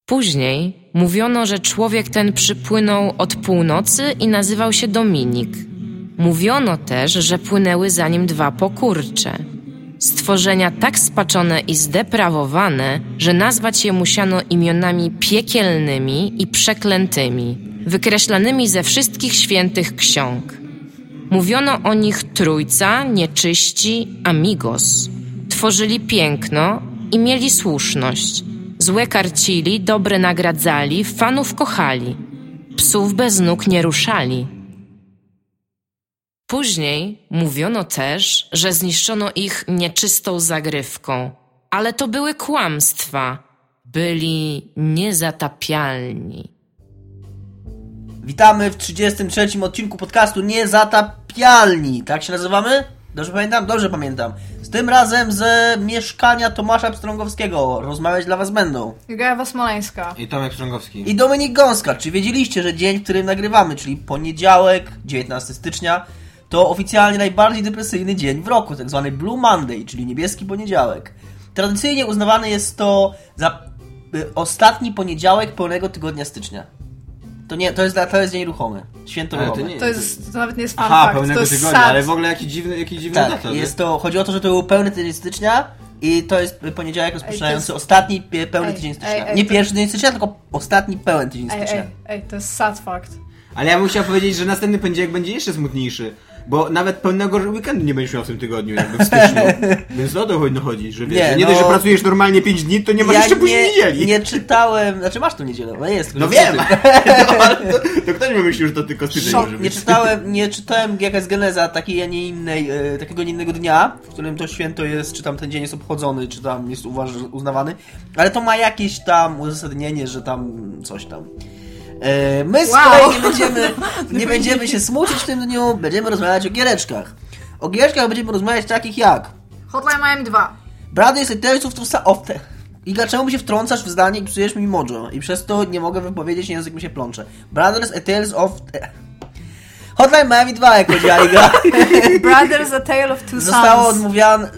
Później mówiono, że człowiek ten przypłynął od północy i nazywał się Dominik. Mówiono też, że płynęły za nim 2 pokurcze. Stworzenia tak spaczone i zdeprawowane, że nazwać je musiano imionami piekielnymi i przeklętymi, wykreślanymi ze wszystkich świętych ksiąg. Mówiono o nich trójca, nieczyści, amigos. Tworzyli piękno i mieli słuszność. Złe karcili, dobre nagradzali, fanów kochali. Psów bez nóg nie ruszali. Później mówiono też, że zniszczono ich nieczystą zagrywką. Ale to były kłamstwa. Byli niezatapialni. Witamy w 33. odcinku podcastu Niezatapialni. Tak się nazywamy? Dobrze pamiętam? Dobrze pamiętam. Z tym razem ze mieszkania Tomasza Pstrągowskiego rozmawiać dla was będą Iga Smoleńska i Tomek Pstrągowski i Dominik Gąska. Czy wiedzieliście, że dzień, w którym nagrywamy, czyli poniedziałek, 19 stycznia, to oficjalnie najbardziej depresyjny dzień w roku, tak zwany Blue Monday, czyli niebieski poniedziałek. Tradycyjnie uznawany jest to za ostatni poniedziałek pełnego tygodnia stycznia. To jest dzień ruchomy. Święto ruchome. To nawet nie jest fun fact. Pełnego to tygodnia, sad. ale w ogóle jaki dziwny tak, data. Chodzi o to, że to był pełny tydzień stycznia i to jest poniedziałek rozpoczynający ostatni pełny tydzień stycznia. Nie pierwszy tydzień stycznia, tylko ostatni pełen tydzień stycznia. To jest sad fact. Ale ja bym chciał powiedzieć, że następny poniedziałek będzie jeszcze smutniejszy. Bo nawet pełnego weekendu nie będziesz miał w tym tygodniu, jakby w styczniu. Więc o to chodzi, że wiesz, nie dość, że pracujesz normalnie 5 dni, to nie masz jeszcze później niedzieli. Nie czytałem, znaczy masz tu niedzielę, no jest. No wiem! To ktoś by myślał, że to tylko styczeń może być. Nie czytałem jaka jest geneza takiego nie innego dnia, w którym to święto jest, czy tam ten dzień jest obchodzony, czy tam jest uznawany, ale to ma jakieś tam uzasadnienie, że tam coś tam. My z kolei nie będziemy się smucić w tym dniu, będziemy rozmawiać o giereczkach. O giereczkach będziemy rozmawiać takich jak Hotline Miami 2, Brothers and Tales of the... Iga, czemu mi się wtrącasz w zdanie i psujesz mi mojo? I przez to nie mogę wypowiedzieć, język mi się plącze. Brothers and Tales of... Hotline Miami 2, jak powiedziała Iga. Brothers A Tale of Two Sons. Zostało odmówione...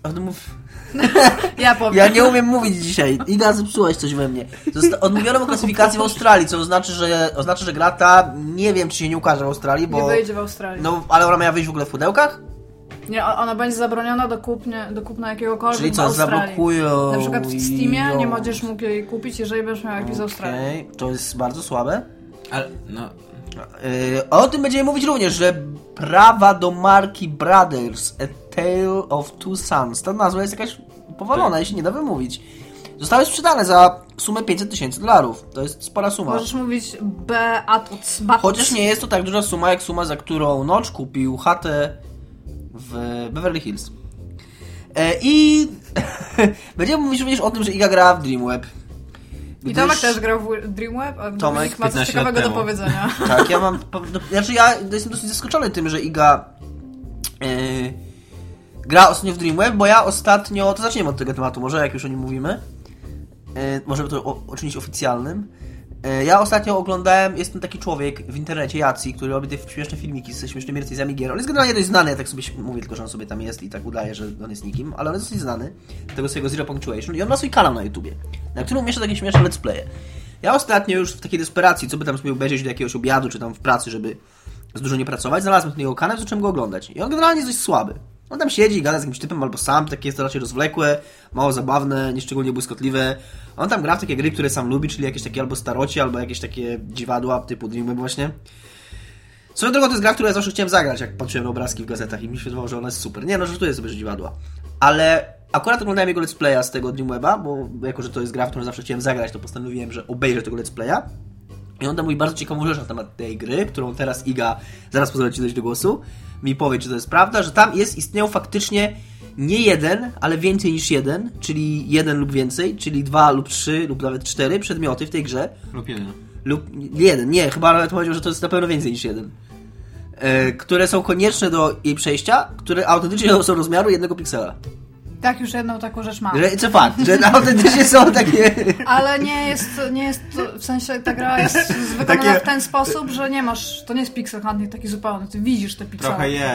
Ja powiem. Ja nie umiem mówić dzisiaj. Iga, zepsułaś coś we mnie. Odmówiono mu klasyfikacji w Australii, co oznacza, że gra ta, nie wiem, czy się nie ukaże w Australii, bo... Nie wyjdzie w Australii. No, ale ona miała wyjść w ogóle w pudełkach? Nie, ona będzie zabroniona do kupna jakiegokolwiek czyli co, w Australii. zablokują... Na przykład w Steamie nie będziesz mógł jej kupić, jeżeli będziesz miał jakiś z Australii. To jest bardzo słabe. Ale, no... O tym będziemy mówić również, że prawa do marki Brothers A Tale of Two Sons, ta nazwa jest jakaś powalona, jeśli nie da wymówić, zostały sprzedane za sumę $500,000. To jest spora suma. Możesz mówić Batuc. Chociaż nie jest to tak duża suma, jak suma, za którą Notch kupił chatę w Beverly Hills. I będziemy mówić również o tym, że Iga gra w Dreamweb. I Tomek też grał w Dreamweb, a Tomek ma coś ciekawego do powiedzenia. Tak, ja jestem dosyć zaskoczony tym, że Iga gra ostatnio w Dreamweb, bo ja ostatnio, to zaczniemy od tego tematu może, jak już o nim mówimy. Możemy to uczynić oficjalnym. Ja ostatnio oglądałem, jest ten taki człowiek w internecie, Jaci, który robi te śmieszne filmiki ze śmiesznymi recenzjami gier. On jest generalnie dość znany, ja tak sobie mówię tylko, że on sobie tam jest i tak udaje, że on jest nikim, ale on jest dosyć znany, tego swojego Zero Punctuation, i on ma swój kanał na YouTubie, na którym umieszcza takie śmieszne let's playe. Ja ostatnio już w takiej desperacji, co by tam sobie obejrzeć do jakiegoś obiadu, czy tam w pracy, żeby z dużo nie pracować, znalazłem ten jego kanał i zacząłem go oglądać. I on generalnie jest dość słaby. On tam siedzi i gada z jakimś typem, albo sam, takie jest to raczej rozwlekłe, mało zabawne, nieszczególnie błyskotliwe. On tam gra w takie gry, które sam lubi, czyli jakieś takie albo starocie, albo jakieś takie dziwadła typu Dreamweb właśnie. Swoją drogą to jest gra, którą ja zawsze chciałem zagrać, jak patrzyłem na obrazki w gazetach i mi się wydawało, że ona jest super. Nie, no żartuję sobie, że dziwadła. Ale akurat oglądałem jego let's playa z tego Dreamweba, bo jako, że to jest gra, w którą zawsze chciałem zagrać, to postanowiłem, że obejrzę tego let's playa. I on tam mówi bardzo ciekawą rzecz na temat tej gry, którą teraz Iga, zaraz pozwolę Ci dojść do głosu, mi powie, czy to jest prawda, że tam istnieją faktycznie nie jeden, ale więcej niż jeden, czyli jeden lub więcej, czyli 2 lub 3 lub nawet 4 przedmioty w tej grze. Lub jeden. Lub jeden, nie, chyba nawet powiedział, że to jest na pewno więcej niż jeden. Które są konieczne do jej przejścia, które autentycznie są rozmiaru 1 piksela. Tak, już jedną taką rzecz mam. Co fakt, że autentycznie są takie... Ale nie jest w sensie ta gra jest wykonana w ten sposób, że nie masz, to nie jest pixel hunting taki zupełny, ty widzisz te piksele. Trochę jest.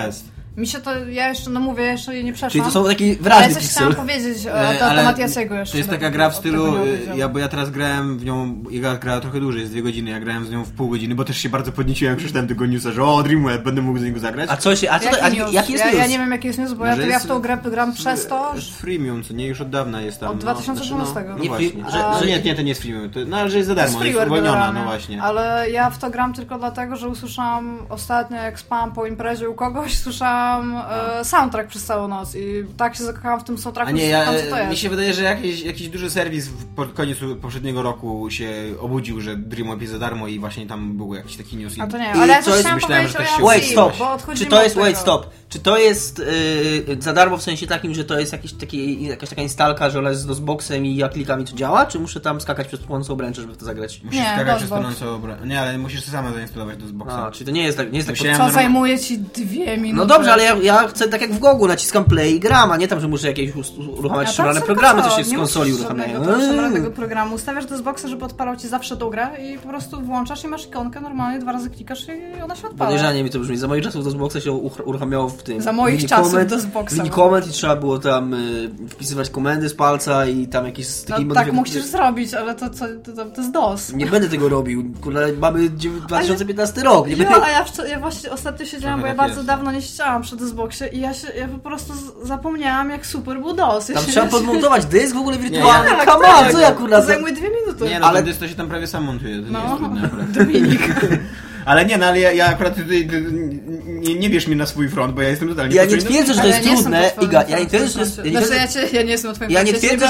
Mi się to, ja jeszcze jej nie przeszłam. Czyli to są takie wyraźne Ale coś chciałam powiedzieć na temat Jacego jeszcze. To jest taka gra w stylu, bo ja teraz grałem w nią, Iga grała trochę dłużej, jest 2 godziny, ja grałem z nią w pół godziny, bo też się bardzo podnieciłem, przeczytałem tego newsa, że Dreamweb, będę mógł z niego zagrać. Jaki jest news? Ja nie wiem jaki jest news, bo ja w tą grę gram przez to... Freemium, co nie, już od dawna jest tam. Od 2012. No właśnie. Nie, to nie jest freemium, że jest za darmo, jest uwolniona, no właśnie. Ale ja w to gram tylko dlatego, że usłyszałam ostatnio, jak spałam po imprezie u kogoś, słyszałam soundtrack przez całą noc i tak się zakochałam w tym soundtracku, co to jest. Mi się wydaje, że jakiś duży serwis pod koniec poprzedniego roku się obudził, że Dreamweb jest za darmo i właśnie tam był jakiś taki news. A to nie, ale ja też chciałam powiedzieć o Jacji, Wait, stop. Stop. Czy to jest za darmo w sensie takim, że to jest jakaś taka instalka, że ona jest z DOSBoxem i ja klikam i to działa? Czy muszę tam skakać przez płonącą obręcze, żeby w to zagrać? Musisz skakać przez płonącą obręczę. Nie, ale musisz sama zainstalować DOSBoxa. Czyli to nie jest tak... Co zajmuje ci 2 minuty? No dobrze, ale ja chcę tak jak w Gogu, naciskam play i gram, a nie tam, że muszę jakieś uruchamiać szurane programy, co się z konsoli uruchamiają. Nie tego programu. Ustawiasz DOSBoxa, żeby odpalał ci zawsze tą grę i po prostu włączasz i masz ikonkę, normalnie 2 razy klikasz i ona się odpala. Podejrzanie mi to brzmi. Za moich czasów DOSBoxa się uruchamiało w tym... Za moich czasów DOSBoxa. Mini-comment i trzeba było tam wpisywać komendy z palca i tam jakieś... tak musisz zrobić, ale to jest DOS. Nie będę tego robił. Kurde, mamy 2015 rok. A ja właśnie ostatnio siedziałam, bo ja bardzo dawno nie siedziałam przy DOSBoxie i ja po prostu zapomniałam, jak super był DOS. Tam trzeba podmontować dysk w ogóle wirtualny. Co ja kurwa... To zajmuje 2 minuty. Nie, ale dysk to się tam prawie sam montuje. To nie jest trudne akurat. Dominik. Ale nie, ale ja akurat tutaj nie bierz mnie na swój front, bo ja jestem totalnie... Ja nie twierdzę, że to jest trudne, Iga. Ja nie twierdzę, że to jest... Ja nie jestem na twoim ja nie twierdzę,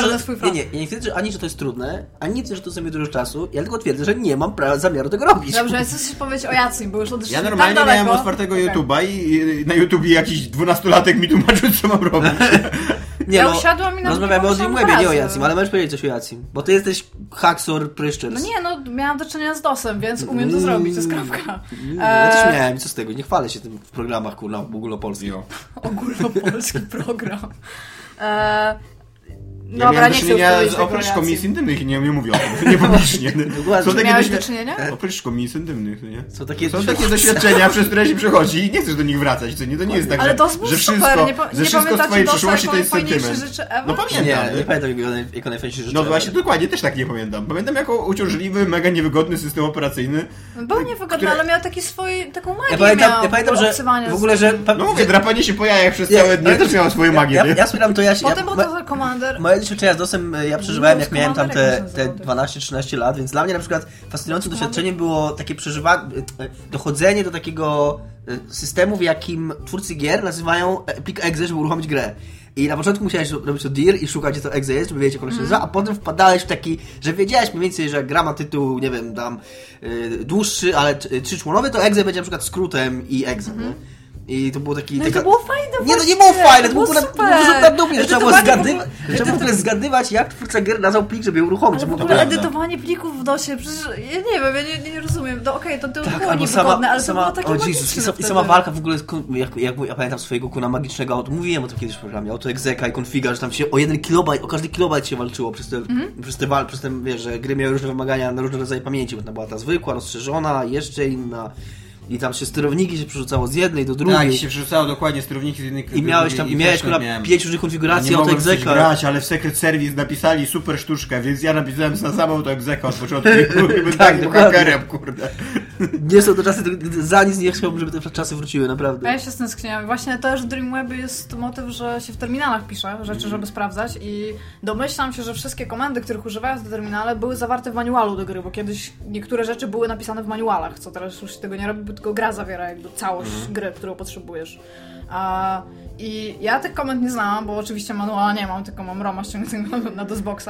że ani, że to jest trudne, ani nie twierdzę, że to zajmuje dużo czasu. Ja tylko twierdzę, że nie mam zamiaru tego robić. Dobrze, ja chcę powiedzieć o Jacim, bo już odeszliśmy Ja normalnie tak miałem otwartego YouTube'a i na YouTubie jakiś 12-latek mi tłumaczył, co mam robić. Ja usiadłam i rozmawiamy o Dreamwebie, nie o Jacim, ale możesz powiedzieć coś o Jacim, bo ty jesteś hacksor pryszczec. No nie, miałam do czynienia z DOS-em, więc umiem to zrobić, to jest kropka. Ja też miałem, co z tego, nie chwalę się tym w programach, kurwa, ogólnopolskich. Ogólnopolski program. Dobra, nie chcę już oprócz komisji intymnych nie mówię o tym, nie publicznie. Miałeś do czynienia? Oprócz komisji intymnych, nie? Są takie doświadczenia, przez które się przechodzi i nie chcesz do nich wracać, co nie? To nie jest tak, ale że wszystko z twojej przeszłości to jest sentyment. No pamiętam. Nie pamiętam jako najfajniejsze rzeczy. No właśnie, dokładnie, też tak nie pamiętam. Pamiętam jako uciążliwy, mega niewygodny system operacyjny. Był niewygodny, ale miał taką magię. Ja pamiętam, że w ogóle, że... No mówię, drapanie się po jajach przez całe dnie też miało swoją magię. Ja wspieram to, Potem był to Commander. Doświadczenia z DOS-em ja przeżywałem, jak miałem tam te 12-13 lat, więc dla mnie na przykład fascynującym doświadczeniem było takie dochodzenie do takiego systemu, w jakim twórcy gier nazywają plik exe, żeby uruchomić grę. I na początku musiałeś robić to dir i szukać, gdzie to exe jest, żeby wiedzieć, jak ono się nazywa, a potem wpadałeś w taki, że wiedziałeś mniej więcej, że gra ma tytuł, nie wiem, tam dłuższy, ale 3-członowy, to exe będzie na przykład skrótem i exe, nie? I to było taki... No i to było fajne. Nie, to nie było fajne, to było super dupie, że trzeba było zgadywać, jak twórca gier nazwał plik, żeby je uruchomić. Ale w ogóle edytowanie plików w DOSie, przecież ja nie wiem, ja nie rozumiem. No okej, to było niewygodne, ale to było takie magiczne. I sama walka w ogóle, jak ja pamiętam swojego kuna magicznego, mówiłem o tym kiedyś w programie, autoexeka i konfiga, że tam się o każdy kilobajt się walczyło przez ten, wiesz, że gry miały różne wymagania na różne rodzaje pamięci, bo tam była ta zwykła, rozszerzona, jeszcze inna. I tam się sterowniki się przerzucało z jednej do drugiej. Tak, się przerzucało dokładnie sterowniki z jednej i miałeś tam, i miałeś 5 różnych konfiguracji autoexeka. Nie grać, ale w Secret Service napisali super sztuczkę, więc ja napisałem na samą autoexeka od początku. Tak, hakerem, kurde. Nie są to czasy, za nic nie chciałbym, żeby te czasy wróciły, naprawdę. Ja się stęskniłam. Właśnie też w Dreamwebie jest motyw, że się w terminalach pisze rzeczy, żeby sprawdzać i domyślam się, że wszystkie komendy, których używają w terminale, były zawarte w manualu do gry, bo kiedyś niektóre rzeczy były napisane w manualach, co teraz już tego nie robi, bo tylko gra zawiera jakby całość gry, którą potrzebujesz. I ja tych komend nie znałam, bo oczywiście manuala nie mam, tylko mam ROMa ściągniętego na DOSBoxa,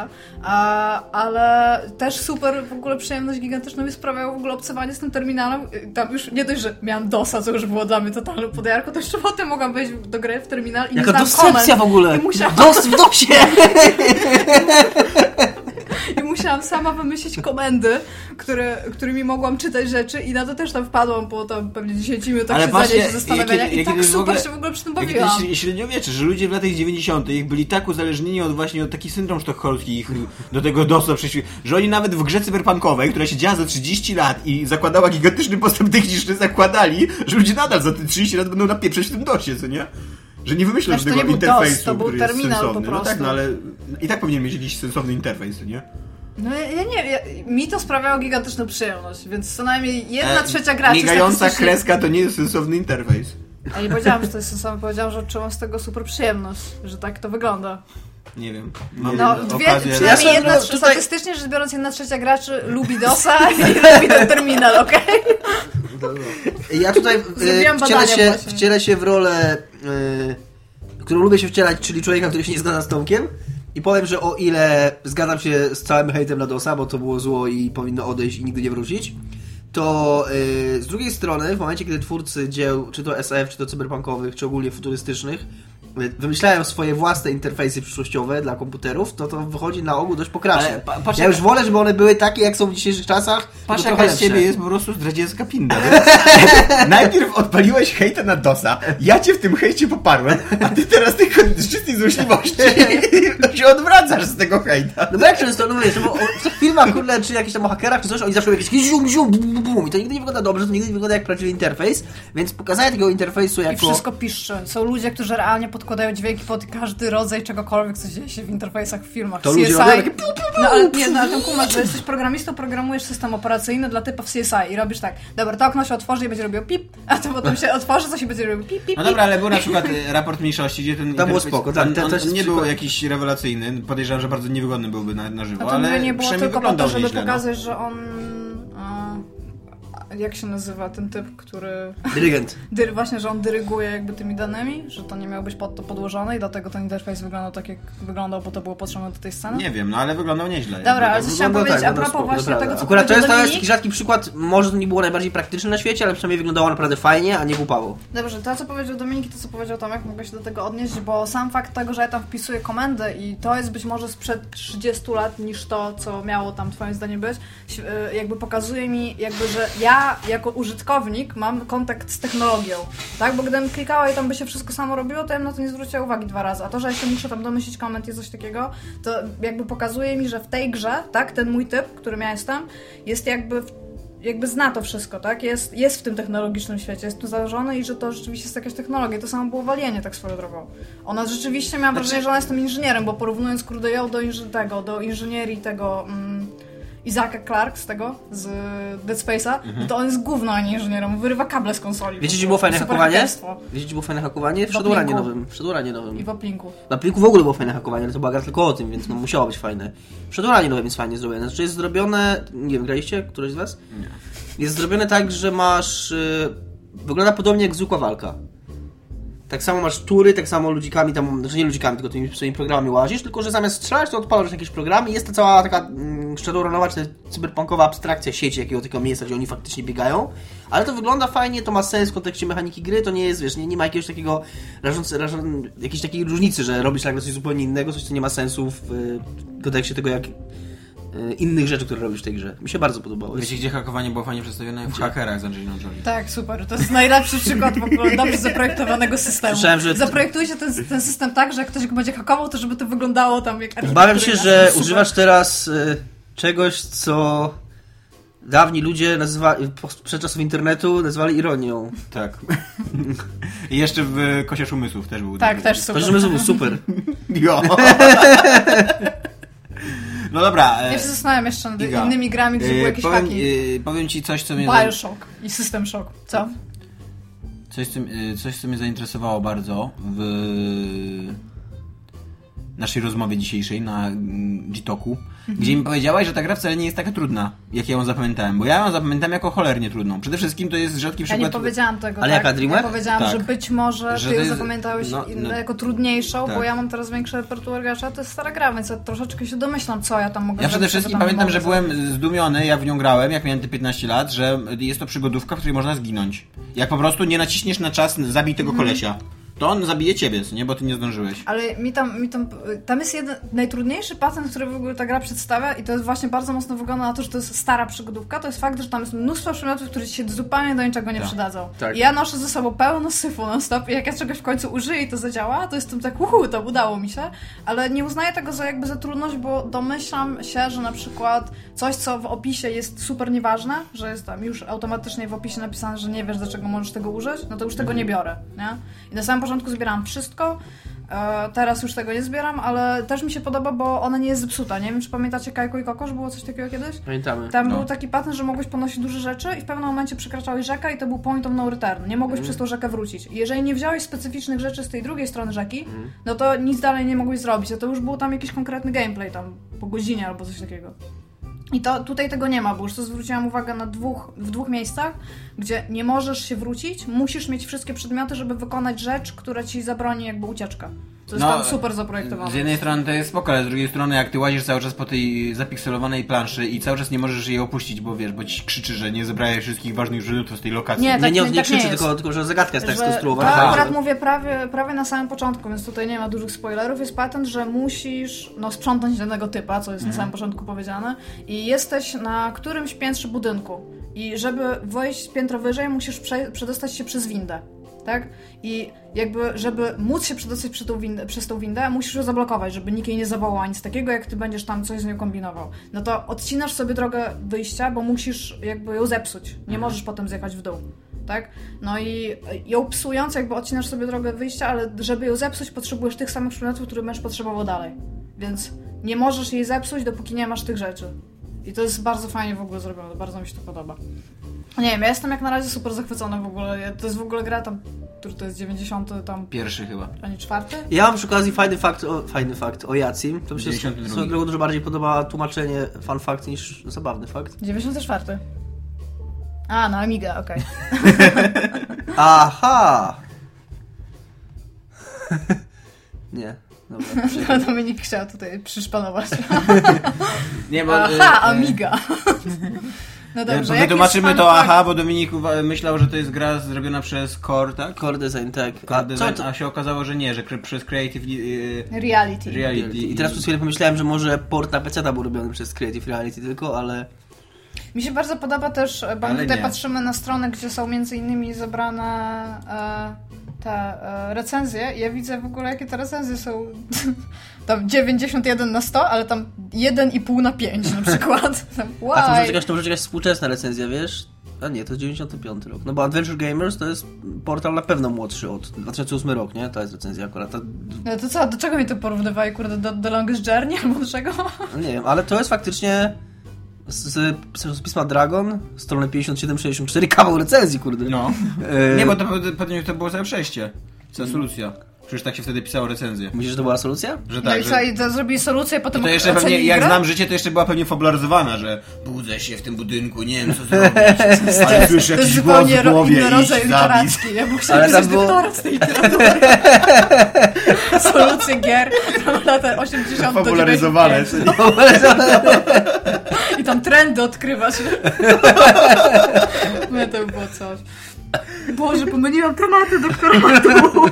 ale też super w ogóle przyjemność gigantyczną mi sprawiało w ogóle obcowanie z tym terminalem. Tam już nie dość, że miałam DOSa, co już było dla mnie totalną podjarką, to jeszcze potem mogłam wejść do gry w terminal i jaka nie znam komend. W ogóle! I musiałam... DOS w DOSie! musiałam sama wymyślić komendy, którymi mogłam czytać rzeczy i na to też tam wpadłam po tam pewnie 10 minutach siedzenia i zastanawiania i tak super się w ogóle przy tym bawiłam. Średniowiecze, że ludzie w latach 90. byli tak uzależnieni od taki syndrom sztokholmski ich do tego DOS-a, że oni nawet w grze cyberpunkowej, która się działa za 30 lat i zakładała gigantyczny postęp techniczny, zakładali, że ludzie nadal za te 30 lat będą napieprzeć w tym DOSie, co nie? Że nie wymyślą tego interfejsu, to był terminal po prostu. No tak, no ale i tak powinien mieć jakiś sensowny interfejs, nie? No ja nie, mi to sprawiało gigantyczną przyjemność, więc co najmniej 1/3 graczy... Migająca kreska to nie jest sensowny interfejs. Ja nie powiedziałam, że to jest sensowne, powiedziałam, że odczułam z tego super przyjemność, że tak to wygląda. Nie wiem. Przynajmniej statystycznie rzecz biorąc 1/3 graczy lubi DOS-a i lubi ten terminal, okej? Ja tutaj wcielę się w rolę, którą lubię się wcielać, czyli człowieka, który się nie zgadza z Tomkiem. I powiem, że o ile zgadzam się z całym hejtem na DOS-a, bo to było zło i powinno odejść i nigdy nie wrócić, to z drugiej strony, w momencie, kiedy twórcy dzieł, czy to SF, czy to cyberpunkowych, czy ogólnie futurystycznych, wymyślają swoje własne interfejsy przyszłościowe dla komputerów, to wychodzi na ogół dość pokracznie. Ja już wolę, żeby one były takie, jak są w dzisiejszych czasach. Patrz, jaka z ciebie jest po prostu zdradziecka pinda. Najpierw odpaliłeś hejta na DOS-a, ja cię w tym hejcie poparłem, a ty teraz tylko z czystej złośliwości się odwracasz z tego hejta. No bo jak często, no wiesz, bo w tych filmach, kurde, czy jakieś tam o hakerach, czy coś, oni zawsze jakieś zium, bum, bum, i to nigdy nie wygląda dobrze, to nigdy nie wygląda jak prawdziwy interfejs, więc pokazanie tego interfejsu jako... I wszystko piszczy. Są ludzie, którzy realnie podkładają dźwięki pod każdy rodzaj czegokolwiek, co dzieje się w interfejsach w filmach. To CSI... ludzie robią takie... No ale ten kumasz, że jesteś programistą, programujesz system operacyjny dla typa w CSI i robisz tak, dobra, to okno się otworzy i będzie robiło pip, a to potem się otworzy, coś i będzie robiło pip, pip, No dobra, ale był na przykład raport mniejszości, gdzie ten tam było spoko, on nie był jakiś rewelacyjny, podejrzewam, że bardzo niewygodny byłby na żywo, ale ale nie było tylko po to, żeby nieźle, pokazać, że on... Jak się nazywa ten typ, który... Dyrygent. Właśnie, że on dyryguje jakby tymi danymi, że to nie miało być pod to podłożone i dlatego ten interfejs wyglądał tak, jak wyglądał, bo to było potrzebne do tej sceny? Nie wiem, no ale wyglądał nieźle. Dobra, ale coś chciałam powiedzieć a propos właśnie tego, co akurat to jest taki rzadki przykład, może to nie było najbardziej praktyczne na świecie, ale przynajmniej wyglądało naprawdę fajnie, a nie głupawo. Dobrze, to co powiedział Dominik i to co powiedział Tomek, mogę się do tego odnieść, bo sam fakt tego, że ja tam wpisuję komendę i to jest być może sprzed 30 lat niż to, co miało tam twoim zdaniem być, jakby pokazuje mi jakby, że ja jako użytkownik mam kontakt z technologią, tak? Bo gdybym klikała i tam by się wszystko samo robiło, to ja na to nie zwróciła uwagi 2 razy. A to, że jeszcze muszę tam domyślić koment i coś takiego, to jakby pokazuje mi, że w tej grze, tak, ten mój typ, którym ja jestem, jest jakby zna to wszystko, tak? Jest w tym technologicznym świecie, jest tu założony i że to rzeczywiście jest jakaś technologia. To samo było Walienie tak swoją drogą. Ona rzeczywiście miała wrażenie, że ona jest tym inżynierem, bo porównując kurde ją do inżynierii tego... Isaaca Clarke z Dead Space'a, to on jest gówno, a nie inżynierem. Wyrywa kable z konsoli. Wiecie, gdzie było fajne hakowanie? Wiecie, gdzie było fajne hakowanie? W Shadowrunie nowym. I w Uplinku. W Uplinku w ogóle było fajne hakowanie, ale to była gra tylko o tym, więc no musiało być fajne. W Shadowrunie nowym jest fajnie zrobione. Znaczy jest zrobione... Nie wiem, graliście? Któryś z was? Nie. Jest zrobione tak, że masz... Wygląda podobnie jak zwykła walka. Tak samo masz tury, tak samo ludzikami tam, znaczy nie ludzikami, tylko tymi swoimi programami łazisz, tylko że zamiast strzelać, to odpalasz jakieś programy i jest to cała taka shadowrunowa, czy cyberpunkowa abstrakcja sieci jakiego takiego miejsca, gdzie oni faktycznie biegają, ale to wygląda fajnie, to ma sens w kontekście mechaniki gry, to nie jest, wiesz, nie ma jakiegoś takiego jakiejś takiej różnicy, że robisz nagle coś zupełnie innego, coś co nie ma sensu w kontekście tego, jak innych rzeczy, które robisz w tej grze. Mi się bardzo podobało. Wiecie, gdzie hakowanie było fajnie przedstawione? W Hakerach z Angeliną Jolie. Tak, super. To jest najlepszy przykład w ogóle dobrze zaprojektowanego systemu. Słyszałem, że... Zaprojektujcie ten system tak, że jak ktoś go będzie hakował, to żeby to wyglądało tam jak... Obawiam się, że używasz teraz czegoś, co dawni ludzie przed czasów internetu nazywali ironią. Tak. I jeszcze w Kosiarz Umysłów też był. Tak, też super. Kosiarz Umysłów był super. Jo. No dobra. Ja się zastanawiam jeszcze nad innymi grami, gdzie były jakieś haki. Powiem ci coś, co mnie... Bioshock i System Shock. Co? Coś, co mnie zainteresowało bardzo w naszej rozmowie dzisiejszej na G-Talku, gdzie mi powiedziałaś, że ta gra wcale nie jest taka trudna, jak ja ją zapamiętałem, bo ja ją zapamiętałem jako cholernie trudną. Przede wszystkim to jest rzadki przykład... Ja nie powiedziałam tego, ale jaka Dreamweb? Ja powiedziałam, tak. Że być może ty ją zapamiętałeś jako trudniejszą, tak. Bo ja mam teraz większy repertuar gracza, to jest stara gra, więc ja troszeczkę się domyślam, co ja tam mogę zrobić. Ja przede wszystkim pamiętam, że byłem zdumiony, ja w nią grałem, jak miałem te 15 lat, że jest to przygodówka, w której można zginąć. Jak po prostu nie naciśniesz na czas zabij tego kolesia. to on zabije ciebie, nie? Bo ty nie zdążyłeś. Ale tam jest jeden najtrudniejszy patent, który w ogóle ta gra przedstawia i to jest właśnie bardzo mocno wygląda na to, że to jest stara przygodówka, to jest fakt, że tam jest mnóstwo przedmiotów, które ci się zupełnie do niczego nie przydadzą. Tak. I ja noszę ze sobą pełno syfu non stop i jak ja czegoś w końcu użyję i to zadziała, to jestem tak to udało mi się, ale nie uznaję tego za trudność, bo domyślam się, że na przykład coś, co w opisie jest super nieważne, że jest tam już automatycznie w opisie napisane, że nie wiesz, do czego możesz tego użyć, no to już tego nie biorę, nie? I na samym początku zbierałam wszystko, teraz już tego nie zbieram, ale też mi się podoba, bo ona nie jest zepsuta. Nie wiem, czy pamiętacie Kajko i Kokosz? Było coś takiego kiedyś? Pamiętamy. Tam był taki patent, że mogłeś ponosić duże rzeczy i w pewnym momencie przekraczałeś rzekę i to był point of no return. Nie mogłeś przez tą rzekę wrócić. I jeżeli nie wziąłeś specyficznych rzeczy z tej drugiej strony rzeki, no to nic dalej nie mogłeś zrobić. A to już był tam jakiś konkretny gameplay, tam po godzinie albo coś takiego. I to tutaj tego nie ma, bo już to zwróciłam uwagę w dwóch miejscach, gdzie nie możesz się wrócić, musisz mieć wszystkie przedmioty, żeby wykonać rzecz, która ci zabroni jakby ucieczka. To jest tam super zaprojektowane. Z jednej strony to jest spoko, ale z drugiej strony jak ty łazisz cały czas po tej zapikselowanej planszy i cały czas nie możesz jej opuścić, bo wiesz, bo ci krzyczy, że nie zebrałeś wszystkich ważnych przedmiotów z tej lokacji. Nie krzyczy, tylko że zagadka jest tak skonstruowana. Ja akurat mówię prawie na samym początku, więc tutaj nie ma dużych spoilerów. Jest patent, że musisz sprzątnąć danego typa, co jest na samym początku powiedziane, i jesteś na którymś piętrze budynku. I żeby wejść piętro wyżej, musisz przedostać się przez windę. Tak? I jakby, żeby móc się przedostać przez tą windę, musisz ją zablokować, żeby nikt jej nie zawołał, nic takiego, jak ty będziesz tam coś z nią kombinował. No to odcinasz sobie drogę wyjścia, bo musisz jakby ją zepsuć. Nie możesz potem zjechać w dół. Tak? No i ją psując, jakby odcinasz sobie drogę wyjścia, ale żeby ją zepsuć, potrzebujesz tych samych przedmiotów, które będziesz potrzebował dalej. Więc nie możesz jej zepsuć, dopóki nie masz tych rzeczy. I to jest bardzo fajnie w ogóle zrobione, bardzo mi się to podoba. Nie wiem, ja jestem jak na razie super zachwycona w ogóle. To jest w ogóle gra tam, który to jest 90 tam... Pierwszy chyba. A nie 4? Ja mam przy okazji fajny fakt o Jacim. To mi się dużo bardziej podoba tłumaczenie fun fact niż zabawny fakt. 94. A, na Amiga, okej. Aha! Nie. Dobra, Dominik chciał tutaj przyszpanować. Nie, bo... Aha, Amiga! No dobrze, wytłumaczymy to bo Dominik myślał, że to jest gra zrobiona przez Core, tak? Core Design, tak. A się okazało, że nie, że przez Creative Reality. I teraz przez chwilę pomyślałem, że może port na PC był robiony przez Creative Reality tylko, ale... Mi się bardzo podoba też, bo my tutaj patrzymy na stronę, gdzie są między innymi zebrane te recenzje i ja widzę w ogóle, jakie te recenzje są tam 91 na 100, ale tam 1,5 na 5 na przykład. A to może jakaś współczesna recenzja, wiesz? A nie, to jest 95 rok. No bo Adventure Gamers to jest portal na pewno młodszy od 2008 rok, nie? To jest recenzja akurat. No to co, do czego mi to porównywali? Kurde, do Longest Journey albo do czego? No nie wiem, ale to jest faktycznie z pisma Dragon, strony 57-64, kawał recenzji, kurde. No. Nie, bo to było całe przejście. Cała solucja. Przecież tak się wtedy pisało recenzję. Myślisz, że to była solucja? Że tak. No i to zrobili solucję, potem to jeszcze pewnie, jak znam życie, to jeszcze była pewnie fabularyzowana, że budzę się w tym budynku, nie wiem co zrobić, ale słyszę jakiś głos w głowie inny rodzaj literacki. Ja bym chciała pisać doktorat z tej literatury. Solucje gier lata 80 fabularyzowane. I tam trendy odkrywasz. No to było coś. Boże, pomyliłam tematy doktoratu.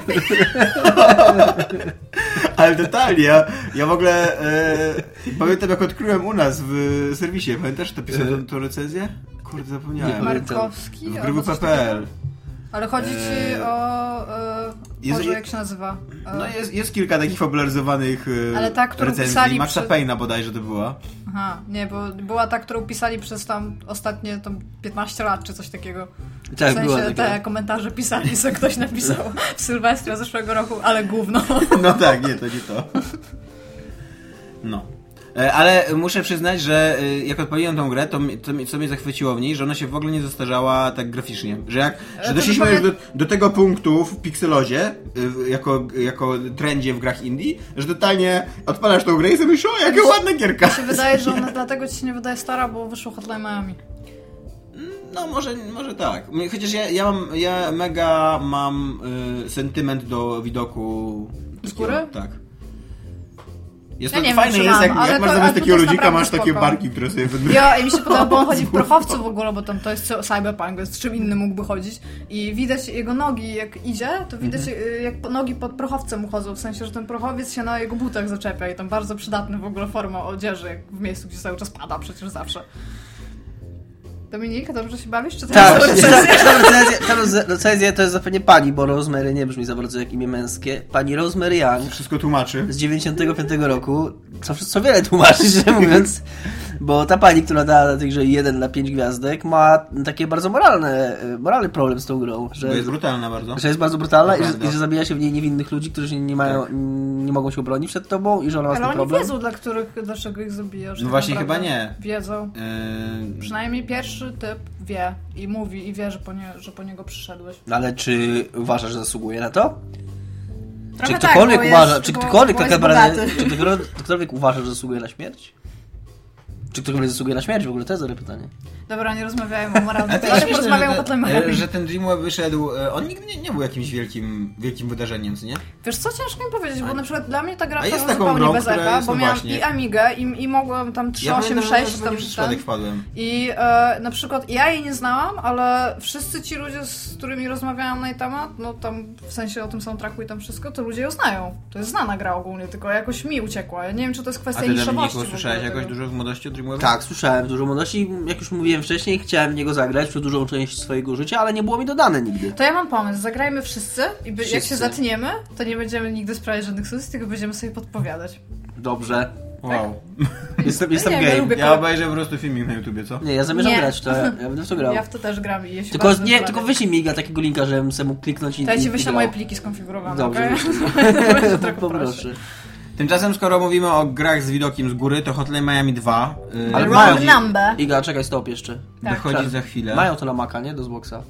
Ale totalnie, ja w ogóle pamiętam, jak odkryłem u nas w serwisie, pamiętasz, to pisałem tą recenzję? Kurde, zapomniałem. Markowski? W grupu.pl. Ale chodzi ci o... Boże, jak się nazywa? No jest kilka takich fabularyzowanych ale ta, którą recenzji. pisali Maxa Payne'a bodajże to była. Aha, nie, bo była ta, którą pisali przez tam ostatnie tam 15 lat, czy coś takiego. Tak, w sensie te komentarze pisali, co ktoś napisał w Sylwestra zeszłego roku, ale gówno. No tak, nie, to nie to. No. Ale muszę przyznać, że jak odpaliłem tą grę, to co mnie zachwyciło w niej, że ona się w ogóle nie zestarzała tak graficznie. Że doszliśmy już do tego punktu w pikselozie, jako trendzie w grach indie, że totalnie odpalasz tą grę i sobie myślisz, o, jaka ładna gierka. Mi się wydaje, że ona dlatego ci się nie wydaje stara, bo wyszło Hotline Miami. No może tak. Chociaż ja mega mam sentyment do widoku. Z góry? Tak. Jest to fajne, jest jak masz zamiast takiego ludzika, masz takie barki, które sobie i mi się podoba, bo on chodzi w prochowcu w ogóle, bo tam to jest cyberpunk, więc czym innym mógłby chodzić. I widać jego nogi, jak idzie, to widać jak nogi pod prochowcem uchodzą, w sensie, że ten prochowiec się na jego butach zaczepia i tam bardzo przydatny w ogóle forma odzieży, jak w miejscu, gdzie cały czas pada przecież zawsze. Dominik, dobrze się bawisz? Czy to tak, ta recenzja to jest zapewne pani, bo Rosemary nie brzmi za bardzo jak imię męskie. Pani Rosemary Young. Wszystko tłumaczy. Z 95 roku. Co wiele tłumaczy, szczerze mówiąc. Bo ta pani, która dała na tej grze 1 na 5 gwiazdek, ma takie bardzo moralny problem z tą grą. Bo jest brutalna bardzo. Że jest bardzo brutalna i że zabija się w niej niewinnych ludzi, którzy nie mogą się obronić przed tobą i że ona ma z tym problem. Ale oni wiedzą, dlaczego ich zabijasz. No właśnie chyba nie. Wiedzą. Przynajmniej pierwszy typ wie i mówi i wie, że po niego przyszedłeś. No ale czy uważasz, że zasługuje na to? Trochę czy ktokolwiek uważa, czy ktokolwiek uważa, że zasługuje na śmierć? Czy ktokolwiek zasługuje na śmierć? W ogóle to jest dobre pytanie. Dobra, nie rozmawiajmy o moralnych pytaniach, porozmawiamy o Hotline Miami. Że ten Dream Web wyszedł, on nigdy nie był jakimś wielkim wydarzeniem, co nie? Wiesz co, ciężko mi powiedzieć, bo na przykład dla mnie ta gra jest to zupełnie grą, bez echa, bo miałam właśnie. i Amigę i mogłam tam 386 tam przypadek wpadłem. I na przykład ja jej nie znałam, ale wszyscy ci ludzie, z którymi rozmawiałam na jej temat, no tam w sensie o tym soundtracku i tam wszystko, to ludzie ją znają. To jest znana gra ogólnie, tylko jakoś mi uciekła. Ja nie wiem, czy to jest kwestia niszowości. A ty, słyszałeś jakoś dużo w młodości o Dream Webie? Tak, słyszałem dużo w młodości. Jak już mówiłem wcześniej, chciałem w niego zagrać przez dużą część swojego życia, ale nie było mi dodane nigdy. To ja mam pomysł, zagrajmy wszyscy i jak się zatniemy, to nie będziemy nigdy sprawiać żadnych sukcesów, tylko będziemy sobie podpowiadać. Dobrze. Wow. Jestem game. Ja obejrzę po prostu filmik na YouTubie, co? Nie, ja zamierzam grać w to. Ja będę w to grał. Ja w to też gram i jeśli tylko wyślij mi takiego linka, żebym sobie mógł kliknąć i to ja ci wyślę moje pliki skonfigurowane. Dobrze. Okay? Poproszę. Tymczasem, skoro mówimy o grach z widokiem z góry, to Hotline Miami 2 ale wrong number. Iga, czekaj, stop jeszcze. Wychodzi za chwilę. Mają to na Maca, nie? Do Xboxa.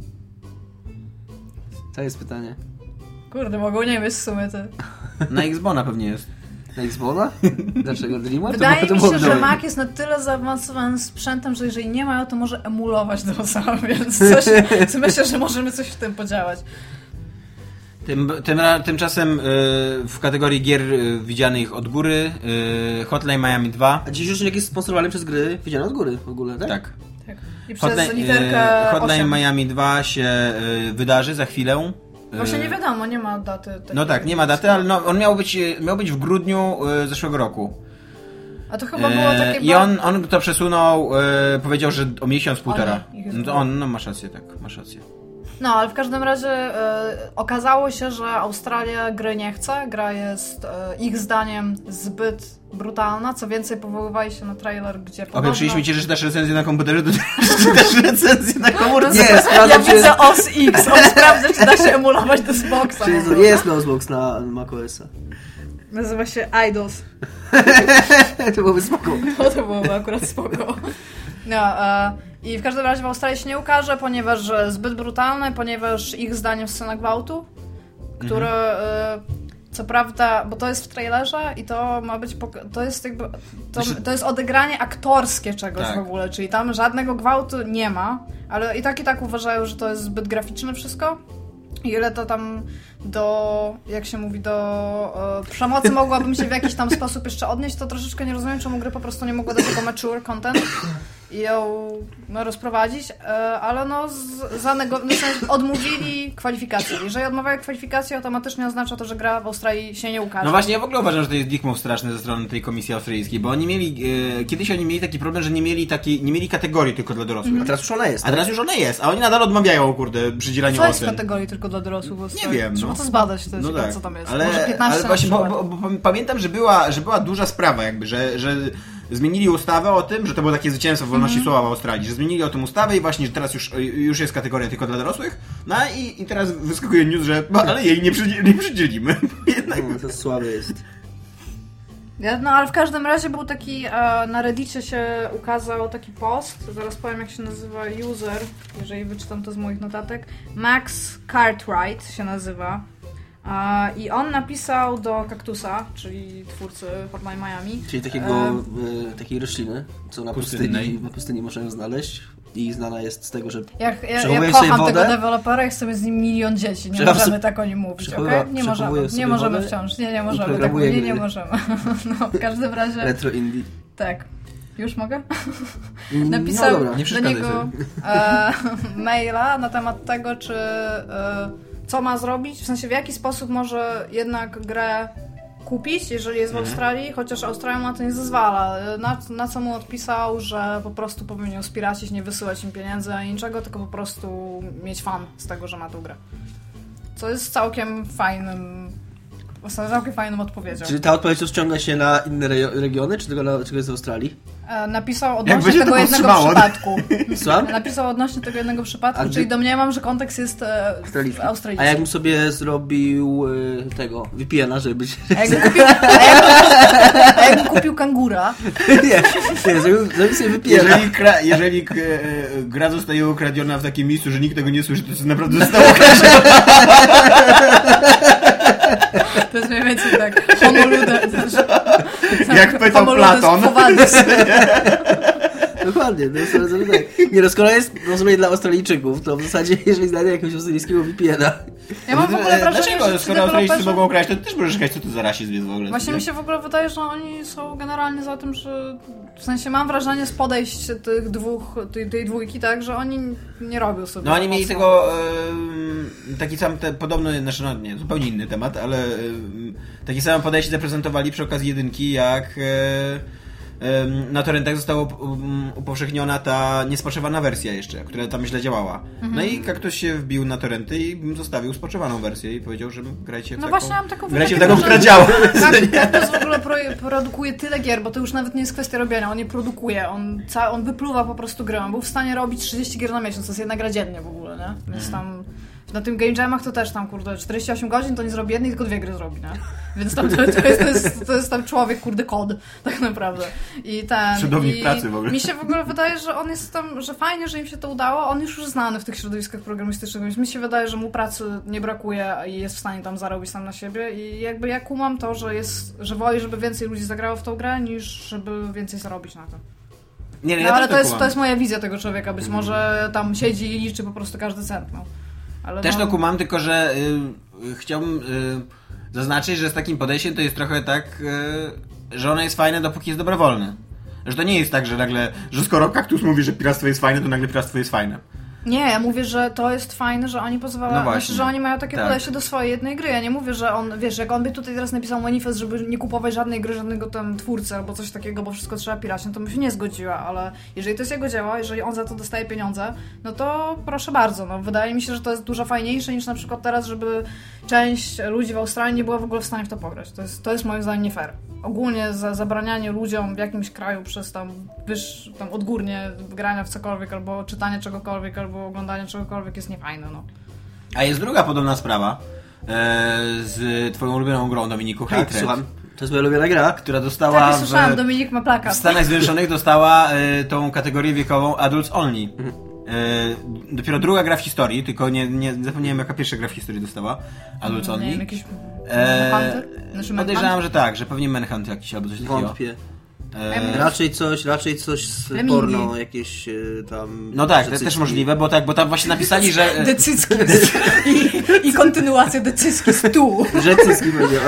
To jest pytanie. Kurde, mogą nie mieć w sumie to. Na Xboxa pewnie jest. Na Xboxa? Dlaczego? Wydaje mi się, że Mac jest na tyle zaawansowanym sprzętem, że jeżeli nie mają, to może emulować DOS-a, więc myślę, że możemy coś w tym podziałać. Tymczasem w kategorii gier widzianych od góry Hotline Miami 2. A dziś już jest sponsorowany przez gry widziane od góry w ogóle, tak? Tak. I przez literkę Hotline 8. Miami 2 się wydarzy za chwilę. Właśnie nie wiadomo, nie ma daty. No tak, nie ma daty, ale no, on miał być w grudniu zeszłego roku. A to chyba było takie... I on to przesunął, powiedział, że o miesiąc, półtora. No to masz rację, tak, masz rację. No, ale w każdym razie okazało się, że Australia gry nie chce. Gra jest ich zdaniem zbyt brutalna. Co więcej, powoływali się na trailer, gdzie podobno... Przyjęliśmy cię, że czytasz recenzję na komputerze, to czytasz recenzję na komórce. Ja widzę OS X, on sprawdza, czy da się emulować do Xboxa. Jest Xbox na macOS-a. Nazywa się IDOS. To byłoby spoko. To byłoby akurat spoko. No, i w każdym razie w Australii się nie ukaże, ponieważ zbyt brutalne, ponieważ ich zdaniem scena gwałtu, które co prawda, bo to jest w trailerze i to ma być, to jest jakby, to jest odegranie aktorskie czegoś w ogóle, czyli tam żadnego gwałtu nie ma, ale i tak uważają, że to jest zbyt graficzne wszystko. I ile to tam jak się mówi, do przemocy mogłabym się w jakiś tam sposób jeszcze odnieść, to troszeczkę nie rozumiem, czemu gry po prostu nie mogła dać jako mature content i ją rozprowadzić, ale odmówili kwalifikacji. Jeżeli odmawiają kwalifikacji, automatycznie oznacza to, że gra w Australii się nie ukaże. No właśnie, ja w ogóle uważam, że to jest dickmove straszny ze strony tej komisji australijskiej, bo oni kiedyś oni mieli taki problem, że nie mieli kategorii tylko dla dorosłych. A teraz już ona jest. A oni nadal odmawiają, przydzielaniu ocen. Co jest kategorii tylko dla dorosłych? Nie wiem. Trzeba to zbadać, to jest co tam jest. Ale, może 15 ale właśnie, bo pamiętam, że była duża sprawa jakby, że zmienili ustawę o tym, że to było takie zwycięstwo wolności słowa w Australii, że zmienili o tym ustawę i właśnie, że teraz już jest kategoria tylko dla dorosłych, no i teraz wyskakuje news, że ale jej nie przydzielimy. Jednak... To słabe jest. No ale w każdym razie był taki, na Reddicie się ukazał taki post, zaraz powiem jak się nazywa user, jeżeli wyczytam to z moich notatek, Max Cartwright się nazywa. I on napisał do Kaktusa, czyli twórcy Hotline Miami. Czyli takiej rośliny, co na pustyni można ją znaleźć. i znana jest z tego, że Ja przechowuje kocham sobie wodę. tego dewelopera i chcemy z nim 1 000 000 dzieci. Nie możemy tak o nim mówić, okej? Nie możemy. Nie możemy wciąż. Nie możemy tak mówić. Nie możemy. No, w każdym razie... Retro indie. Tak. Już mogę? No Napisał dobra, do niego maila na temat tego, czy co ma zrobić, w sensie w jaki sposób może jednak grę kupić, jeżeli jest w Australii, chociaż Australia mu na to nie zezwala. Na co mu odpisał, że po prostu powinien ją spiracić, nie wysyłać im pieniędzy ani niczego, tylko po prostu mieć fan z tego, że ma tę grę. Co jest całkiem fajną odpowiedzią. Czy ta odpowiedź rozciąga się na inne regiony, czy tylko jest z Australii? Napisał odnośnie tego jednego przypadku. Słucham? Napisał odnośnie tego jednego przypadku, czyli domniemam, że kontekst jest australijski. A jakbym sobie zrobił tego VPN-a, żeby być... A jakbym kupił kangura? Nie, zrobił sobie VPN-a. Jeżeli gra zostaje ukradziona w takim miejscu, że nikt tego nie słyszy, to jest naprawdę zostało ukradzione. To jest mniej więcej tak. Honolulu. Jak pytał Platon. Dokładnie, to jest tak. Nie, skoro jest rozumiem dla Australijczyków, to w zasadzie jeżeli znajdę jakiegoś australijskiego VPN-a. Ja mam w ogóle wrażenie, że skoro Australijczycy mogą grać, to ty też możesz szukać, co to za rasizm jest w ogóle. Właśnie mi się w ogóle wydaje, że oni są generalnie za tym, że w sensie mam wrażenie z podejść tej dwójki, tak, że oni nie robią sobie. No oni mieli tego taki sam, podobny, znaczy no nie, zupełnie inny temat, ale takie samo podejście zaprezentowali przy okazji 1, jak na torrentach została upowszechniona ta niespoczewana wersja jeszcze, która tam źle działała. No i ktoś się wbił na torrenty i zostawił spoczewaną wersję i powiedział, że grajcie w taką... No właśnie mam taką grajcie w taką, która działa. Kaktus w ogóle produkuje tyle gier, bo to już nawet nie jest kwestia robienia, on je produkuje, on wypluwa po prostu grę. On był w stanie robić 30 gier na miesiąc, to jest 1 gra dziennie w ogóle, nie? Więc tam... Na tym Game Jamach to też tam, kurde, 48 godzin to nie zrobi jednej, tylko 2 gry zrobi, nie? Więc tam to jest tam człowiek, kurde, kod, tak naprawdę. Cudownik pracy w ogóle. Mi się w ogóle wydaje, że on jest tam, że fajnie, że im się to udało. On już znany w tych środowiskach programistycznych, więc mi się wydaje, że mu pracy nie brakuje i jest w stanie tam zarobić sam na siebie. I jakby ja kumam to, że woli, żeby więcej ludzi zagrało w tą grę, niż żeby więcej zarobić na to. Nie, no, ale to jest moja wizja tego człowieka. Być może tam siedzi i liczy po prostu każdy cent, no. Ale też to kumam, tylko że chciałbym zaznaczyć, że z takim podejściem to jest trochę tak, że ona jest fajna, dopóki jest dobrowolne. Że to nie jest tak, że nagle, że skoro Kaktus mówi, że piractwo jest fajne, to nagle piractwo jest fajne. Nie, ja mówię, że to jest fajne, że oni pozwalają, że oni mają takie podejście do swojej jednej gry. Ja nie mówię, że on, wiesz, jak on by tutaj teraz napisał manifest, żeby nie kupować żadnej gry, żadnego tam twórcy albo coś takiego, bo wszystko trzeba piracić, no to bym się nie zgodziła, ale jeżeli to jest jego dzieło, jeżeli on za to dostaje pieniądze, no to proszę bardzo, no wydaje mi się, że to jest dużo fajniejsze niż na przykład teraz, żeby część ludzi w Australii nie była w ogóle w stanie w to pograć. To jest moim zdaniem nie fair. Ogólnie zabranianie ludziom w jakimś kraju przez tam odgórnie grania w cokolwiek, albo czytanie czegokolwiek, albo oglądanie czegokolwiek jest niefajne, no. A jest druga podobna sprawa z twoją ulubioną grą, Dominiku, Hatred. Słucham. To jest moja ulubiona gra, która dostała tak, słyszałam, Dominik ma plakat. W Stanach Zjednoczonych dostała tą kategorię wiekową Adults Only. Dopiero druga gra w historii, tylko nie zapomniałem, jaka pierwsza gra w historii dostała Adults Only. Nie wiem, jakiś Manhunter? Podejrzewam, że tak, że pewnie Manhunt jakiś albo coś takiego. Wątpię. Raczej coś z porno, jakieś tam... No tak, to jest też możliwe, bo tam właśnie napisali, że... Decycki. I kontynuacja decycki z tu. Że cycki powiedziała.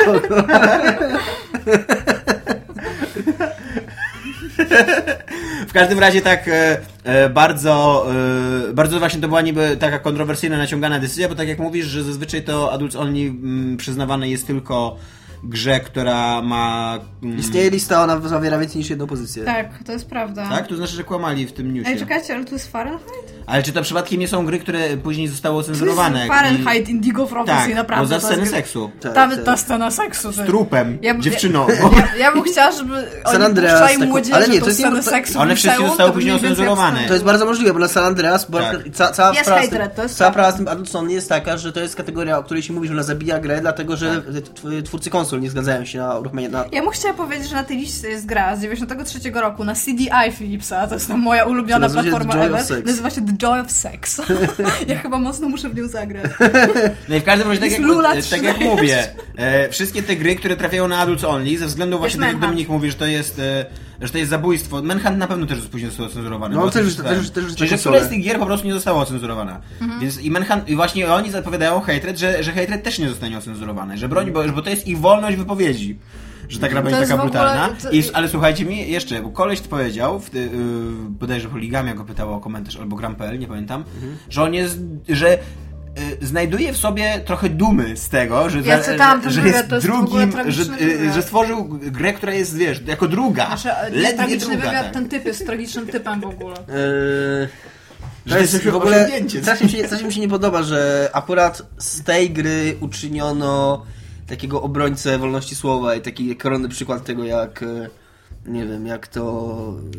W każdym razie tak bardzo właśnie to była niby taka kontrowersyjna, naciągana decyzja, bo tak jak mówisz, że zazwyczaj to Adults Only przyznawane jest tylko grze, która ma... Istnieje lista, ona zawiera więcej niż jedną pozycję. Tak, to jest prawda. Tak? To znaczy, że kłamali w tym newsie. Ej, czekajcie, ale tu jest Fahrenheit? Ale czy to przypadkiem nie są gry, które później zostały ocenzurowane? To jest Fahrenheit, Indigo Prophecy, tak, naprawdę. Tak, za sceny seksu. Ta scena seksu. Z trupem, dziewczyną. Ja bym chciała, żeby San oni Andreas, puszczali młodzieży ale nie, tą scenę seksu. One wszystkie zostały później ocenzurowane. To jest bardzo możliwe, bo na San Andreas cała sprawa z tym Adults Only jest taka, że to jest kategoria, o której się mówi, że ona zabija grę, dlatego że twórcy konsol nie zgadzają się na uruchomienie. Ja bym chciała powiedzieć, że na tej liście jest gra z 93 roku na CDI Philipsa, to jest tam moja ulubiona platforma ever. Nazywa się The The Joy of Sex. Ja chyba mocno muszę w nią zagrać. No i w każdym razie, tak jak mówię, wszystkie te gry, które trafiają na Adults Only, ze względu właśnie, tak jak Dominik mówi, że to jest zabójstwo. Manhunt na pewno też później zostało cenzurowane. No też że któraś z tych gier po prostu nie została ocenzurowana. Więc i właśnie oni zapowiadają Hatred, że Hatred też nie zostanie ocenzurowane, że broń, bo to jest ich wolność wypowiedzi. Że ta gra będzie taka brutalna. Ale słuchajcie mi jeszcze, bo koleś powiedział, bodajże Poligamia go pytała o komentarz, albo Gram.pl, nie pamiętam, że on jest, znajduje w sobie trochę dumy z tego, że jest drugim, że stworzył grę, która jest, wiesz, jako druga. Ledwie druga. Wywiad, ten typ jest tragicznym typem w ogóle. To jest w ogóle strasznie mi się nie podoba, że akurat z tej gry uczyniono takiego obrońcę wolności słowa i taki koronny przykład tego, jak nie wiem, jak to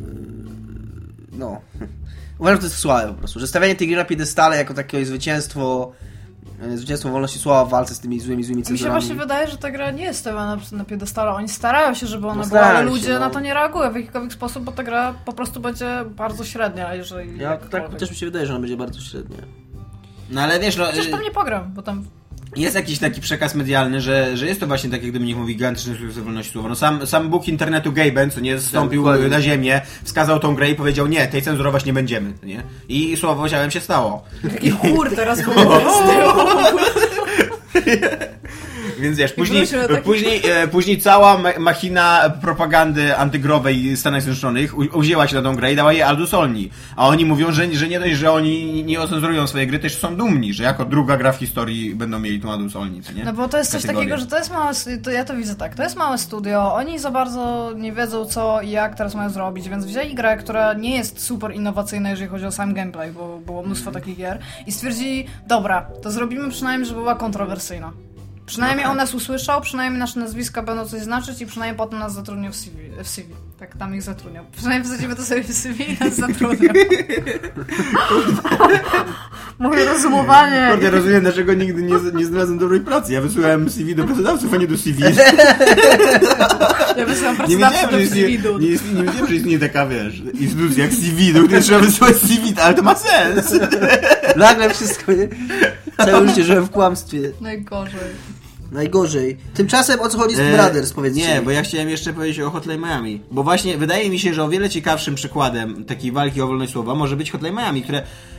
uważam, że to jest słabe po prostu, że stawianie tej gry na piedestale jako takie zwycięstwo wolności słowa w walce z tymi złymi cenzurami. Mi się właśnie wydaje, że ta gra nie jest stawiana na piedestale. Oni starają się, żeby ona była, ale ludzie na to nie reagują w jakikolwiek sposób, bo ta gra po prostu będzie bardzo średnia, jeżeli... Tak też mi się wydaje, że ona będzie bardzo średnia. No ale wiesz... Chociaż pewnie pogram, bo tam... Jest jakiś taki przekaz medialny, że jest to właśnie tak, jak Dominik mówi, gigantyczny sukces wolności słowa. No sam Bóg internetu Gaben, co nie zstąpił na ziemię, wskazał tą grę i powiedział, nie, tej cenzurować nie będziemy, nie? I słowo powiedziałem się stało. Taki chór teraz Więc wiesz, później cała machina propagandy antygrowej Stanów Zjednoczonych uwzięła się na tą grę i dała jej Adults Only. A oni mówią, że nie dość, że oni nie ocenzurują swoje gry, też są dumni, że jako druga gra w historii będą mieli tą Adults Only, co nie? No bo to jest coś takiego, że to jest małe, ja to widzę tak, to jest małe studio, oni za bardzo nie wiedzą co i jak teraz mają zrobić, więc wzięli grę, która nie jest super innowacyjna, jeżeli chodzi o sam gameplay, bo było mnóstwo takich gier i stwierdzili, dobra, to zrobimy przynajmniej, żeby była kontrowersyjna. Przynajmniej on nas usłyszał, przynajmniej nasze nazwiska będą coś znaczyć i przynajmniej potem nas zatrudnią w CV. Tak, tam ich zatrudnią. Przynajmniej wsadzimy to sobie w CV i nas zatrudnią. Moje rozumowanie. Kurde, rozumiem, dlaczego nigdy nie znalazłem dobrej pracy. Ja wysyłałem CV do pracodawców, a nie do CV. Ja wysyłam pracodawców do CV. Nie wiedziałem, że istnieje taka, wiesz, instytucja jak CV, do której trzeba wysyłać CV, ale to ma sens. Nagle wszystko, nie? Całe życie żyłem w kłamstwie. Najgorzej. Tymczasem o co chodzi z Brothers, powiedzcie. Nie, bo ja chciałem jeszcze powiedzieć o Hotline Miami. Bo właśnie wydaje mi się, że o wiele ciekawszym przykładem takiej walki o wolność słowa może być Hotline Miami, które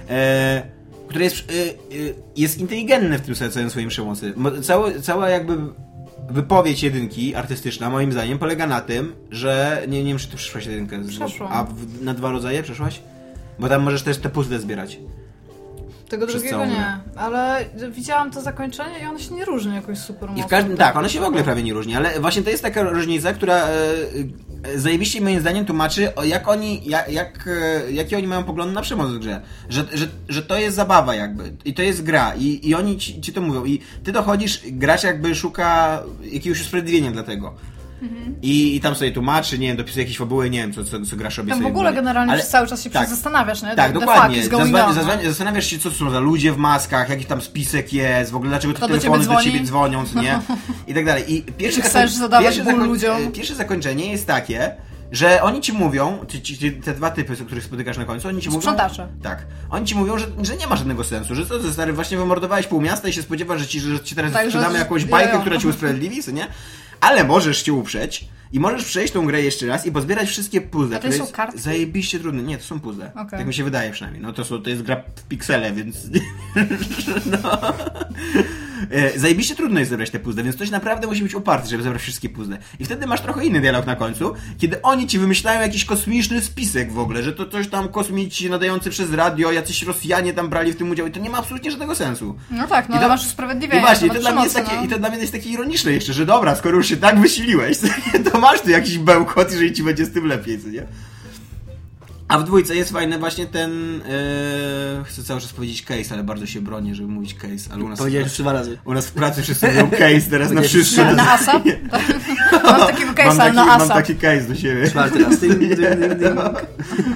jest inteligentne w tym całym swoim przemocy. Cała jakby wypowiedź jedynki artystyczna, moim zdaniem, polega na tym, że... Nie wiem, czy ty przeszłaś jedynkę. Przeszłam. A na 2 rodzaje przeszłaś? Bo tam możesz też te puzzle zbierać. Tego drugiego nie, ale widziałam to zakończenie i ono się nie różni jakoś super mocno. Tak, ono się w ogóle prawie nie różni, ale właśnie to jest taka różnica, która zajebiście moim zdaniem tłumaczy, jakie oni mają poglądy na przemoc w grze. Że to jest zabawa jakby i to jest gra i oni ci to mówią i ty dochodzisz, gracz jakby szuka jakiegoś usprawiedliwienia dla tego. I tam sobie tłumaczy, nie wiem, dopisuje jakieś fabuły, nie wiem, co grasz robi tam sobie. w ogóle generalnie cały czas się zastanawiasz, nie? Tak, dokładnie. Zastanawiasz się, co to są za ludzie w maskach, jaki tam spisek jest, w ogóle dlaczego te telefony do ciebie dzwonią, co nie? I tak dalej. I pierwsze zakończenie jest takie, że oni ci mówią, te dwa typy, z których spotykasz na końcu, oni ci mówią... Sprzątacze. Tak. Oni ci mówią, że nie ma żadnego sensu, że ty stary, właśnie wymordowałeś pół miasta i się spodziewasz, że ci teraz sprzedamy jakąś bajkę, która ci usprawiedliwi, co nie? Ale możesz się uprzeć i możesz przejść tą grę jeszcze raz i pozbierać wszystkie puzzle. A to są karty? Zajebiście trudne. Nie, to są puzzle. Okay. Tak mi się wydaje przynajmniej. No to jest gra w piksele, więc... no. Zajebiście trudno jest zebrać te puzzle, więc ktoś naprawdę musi być uparty, żeby zebrać wszystkie puzzle. I wtedy masz trochę inny dialog na końcu, kiedy oni ci wymyślają jakiś kosmiczny spisek w ogóle, że to coś tam kosmici nadający przez radio, jacyś Rosjanie tam brali w tym udział i to nie ma absolutnie żadnego sensu. No tak, no to masz usprawiedliwienie. I właśnie, to dla mnie jest takie ironiczne jeszcze, że dobra, skoro już się tak wysiliłeś, to masz tu jakiś bełkot, jeżeli ci będzie z tym lepiej, co nie? A w dwójce jest fajny właśnie ten... chcę cały czas powiedzieć case, ale bardzo się bronię, żeby mówić case. Ale u nas powiedziałeś 3 razy. U nas w pracy wszyscy mówią case, teraz na wszystko. Na ASA? Mam takiego case'a na ASA. Mam taki case do siebie. 4 raz.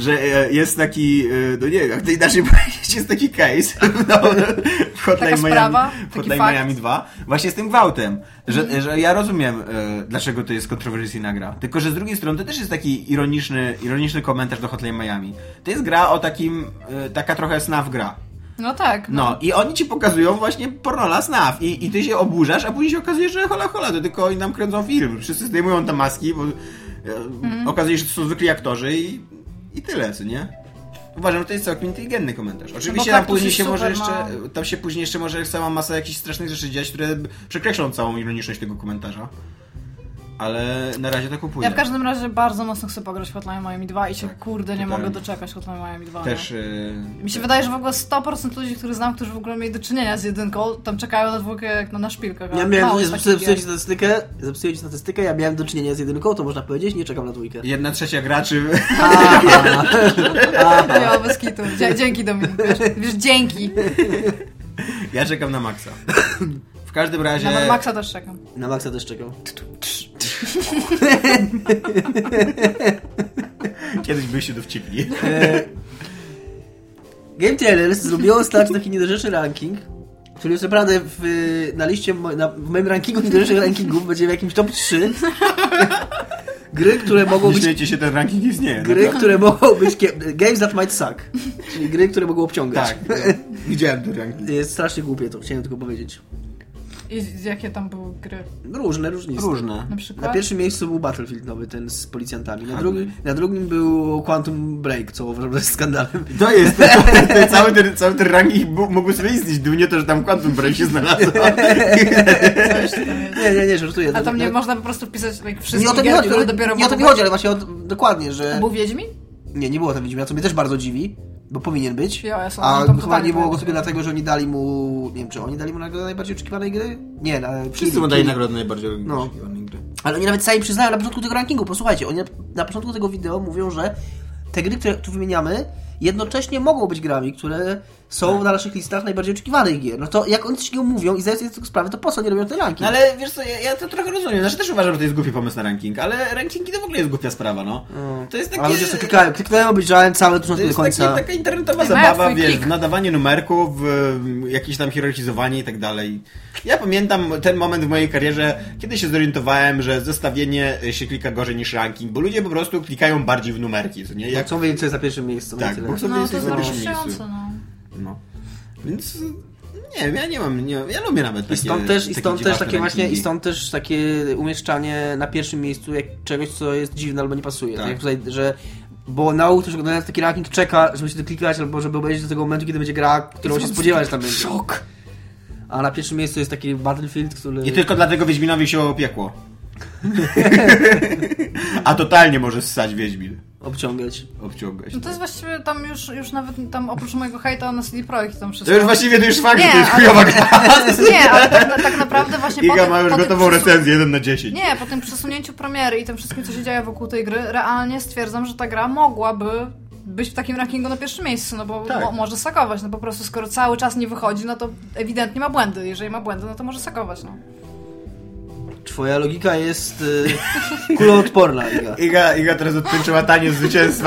że jest taki, no nie wiem, jak to inaczej powiedzieć, jest taki case w Hotline Miami 2, właśnie z tym gwałtem, że ja rozumiem, dlaczego to jest kontrowersyjna gra, tylko że z drugiej strony to też jest taki ironiczny komentarz do Hotline Miami. To jest gra o takim, taka trochę snaf gra. No tak. No i oni ci pokazują właśnie pornola snaf i ty się oburzasz, a później się okazuje, że hola, to tylko oni nam kręcą film. Wszyscy zdejmują te maski, bo okazuje się, że to są zwykli aktorzy i tyle, co nie? Uważam, że to jest całkiem inteligentny komentarz. Oczywiście tam później się może jeszcze, później jeszcze może cała masa jakichś strasznych rzeczy dziać, które przekreślą całą ironiczność tego komentarza. Ale na razie to kupuję. Ja w każdym razie bardzo mocno chcę pograć w Hotline Miami 2 i się nie mogę doczekać Hotline Miami 2. Też... Mi się wydaje, że w ogóle 100% ludzi, których znam, którzy w ogóle mieli do czynienia z jedynką, tam czekają na dwójkę jak na szpilkach. Ja miałem, zepsuję ci statystykę, ja miałem do czynienia z jedynką, to można powiedzieć, nie czekam na dwójkę. 1/3 graczy... Ja, bez kitu. Dzięki, Dominik. Wiesz, dzięki. Ja czekam na Maxa. W każdym razie... Na Maxa też czekam. Na Maxa też czekam. Kiedyś byliście dowcipni. Game Trailers zrobiło taki niedorzeczny ranking, który jest naprawdę na liście, w moim rankingu niedorzecznych rankingów będzie w jakimś top 3. Gry, które mogą być... Śmiejcie się, ten ranking istnieje. Gry, które mogą być... Games that might suck. Czyli gry, które mogą obciągać. Tak. Widziałem ten ranking. Jest strasznie głupie to, chciałem tylko powiedzieć. I jakie tam były gry? Różne. Na przykład? Na pierwszym miejscu był Battlefield nowy, ten z policjantami. Na drugim był Quantum Break, co uważam, że jest skandalem. To jest, cały ten ranking mógłby sobie istnieć, gdyby nie to, że tam Quantum Break się znalazło. Nie, żartuję. A tam nie można po prostu wpisać wszystkie nie o to mi chodzi, nie o to mi chodzi, ale właśnie dokładnie, że... A był Wiedźmin? Nie było tam Wiedźmina, co mnie też bardzo dziwi. Bo powinien być. A chyba nie było go tylko dlatego, że oni dali mu... Nie wiem, czy oni dali mu nagrodę najbardziej oczekiwanej gry? Nie, wszyscy mu dali nagrodę najbardziej oczekiwanej gry. Ale oni nawet sami przyznają na początku tego rankingu. Posłuchajcie, oni na początku tego wideo mówią, że te gry, które tu wymieniamy, jednocześnie mogą być grami, które są na naszych listach najbardziej oczekiwanych gier. No to jak oni coś nie mówią i zdają sobie z tego sprawę, to po co nie robią ten ranking? No ale wiesz co, ja to trochę rozumiem. Znaczy też uważam, że to jest głupi pomysł na ranking, ale rankingi to w ogóle jest głupia sprawa, no. To jest takie... Ale ludzie sobie kliknęło, obejrzałem całe od początku do końca. To jest taka internetowa zabawa, wiesz, w nadawanie numerków, jakieś tam hierarchizowanie i tak dalej. Ja pamiętam ten moment w mojej karierze, kiedy się zorientowałem, że zestawienie się klika gorzej niż ranking, bo ludzie po prostu klikają bardziej w numerki, co nie? Jak chcą wiedzieć, co jest na pierwszym miejscu. Tak, bo chcą wiedzieć, co jest na pierwszym miejscu. No. Więc nie wiem, ja lubię nawet takie... I stąd też takie umieszczanie na pierwszym miejscu jak czegoś, co jest dziwne albo nie pasuje. Tak. Jak tutaj, że... Bo nauka, że oglądając taki ranking czeka, żeby się doklikać albo żeby obejrzeć do tego momentu, kiedy będzie gra, którą się spodziewać, że tam będzie. Szok! A na pierwszym miejscu jest taki Battlefield, który... I tylko dlatego Wiedźminowi się opiekło. A totalnie może ssać Wiedźmin. Obciągać. No to jest właściwie tam już nawet tam oprócz mojego hejta na CD Projekt tam wszystko... To już właściwie to już fakt, że to jest chujowa gra. Nie, ale tak naprawdę właśnie Iga ma już gotową recenzję 1/10. Nie, po tym przesunięciu premiery i tym wszystkim, co się dzieje wokół tej gry, realnie stwierdzam, że ta gra mogłaby być w takim rankingu na pierwszym miejscu, no bo może sakować, no po prostu skoro cały czas nie wychodzi, no to ewidentnie ma błędy. Jeżeli ma błędy, no to może sakować, no. Twoja logika jest kuloodporna, Iga. Iga teraz odkończyła taniec zwycięstwa.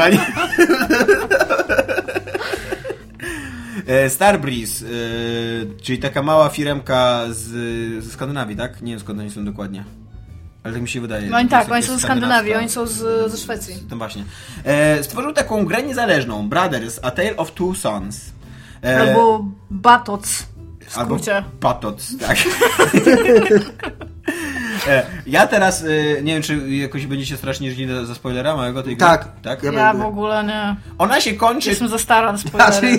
Starbreeze, czyli taka mała firemka ze Skandynawii, tak? Nie wiem, skąd oni są dokładnie. Ale tak mi się wydaje. No oni są ze Skandynawii, oni są ze Szwecji. To właśnie. Stworzył taką grę niezależną, Brothers, A Tale of Two Sons. Albo Batoc. Albo Batoc, tak. Ja teraz, nie wiem, czy jakoś będziecie strasznie źli za spoilera małego tej gry? Tak? Ja w ogóle nie. Ona się kończy... Jestem za stara na spoilery.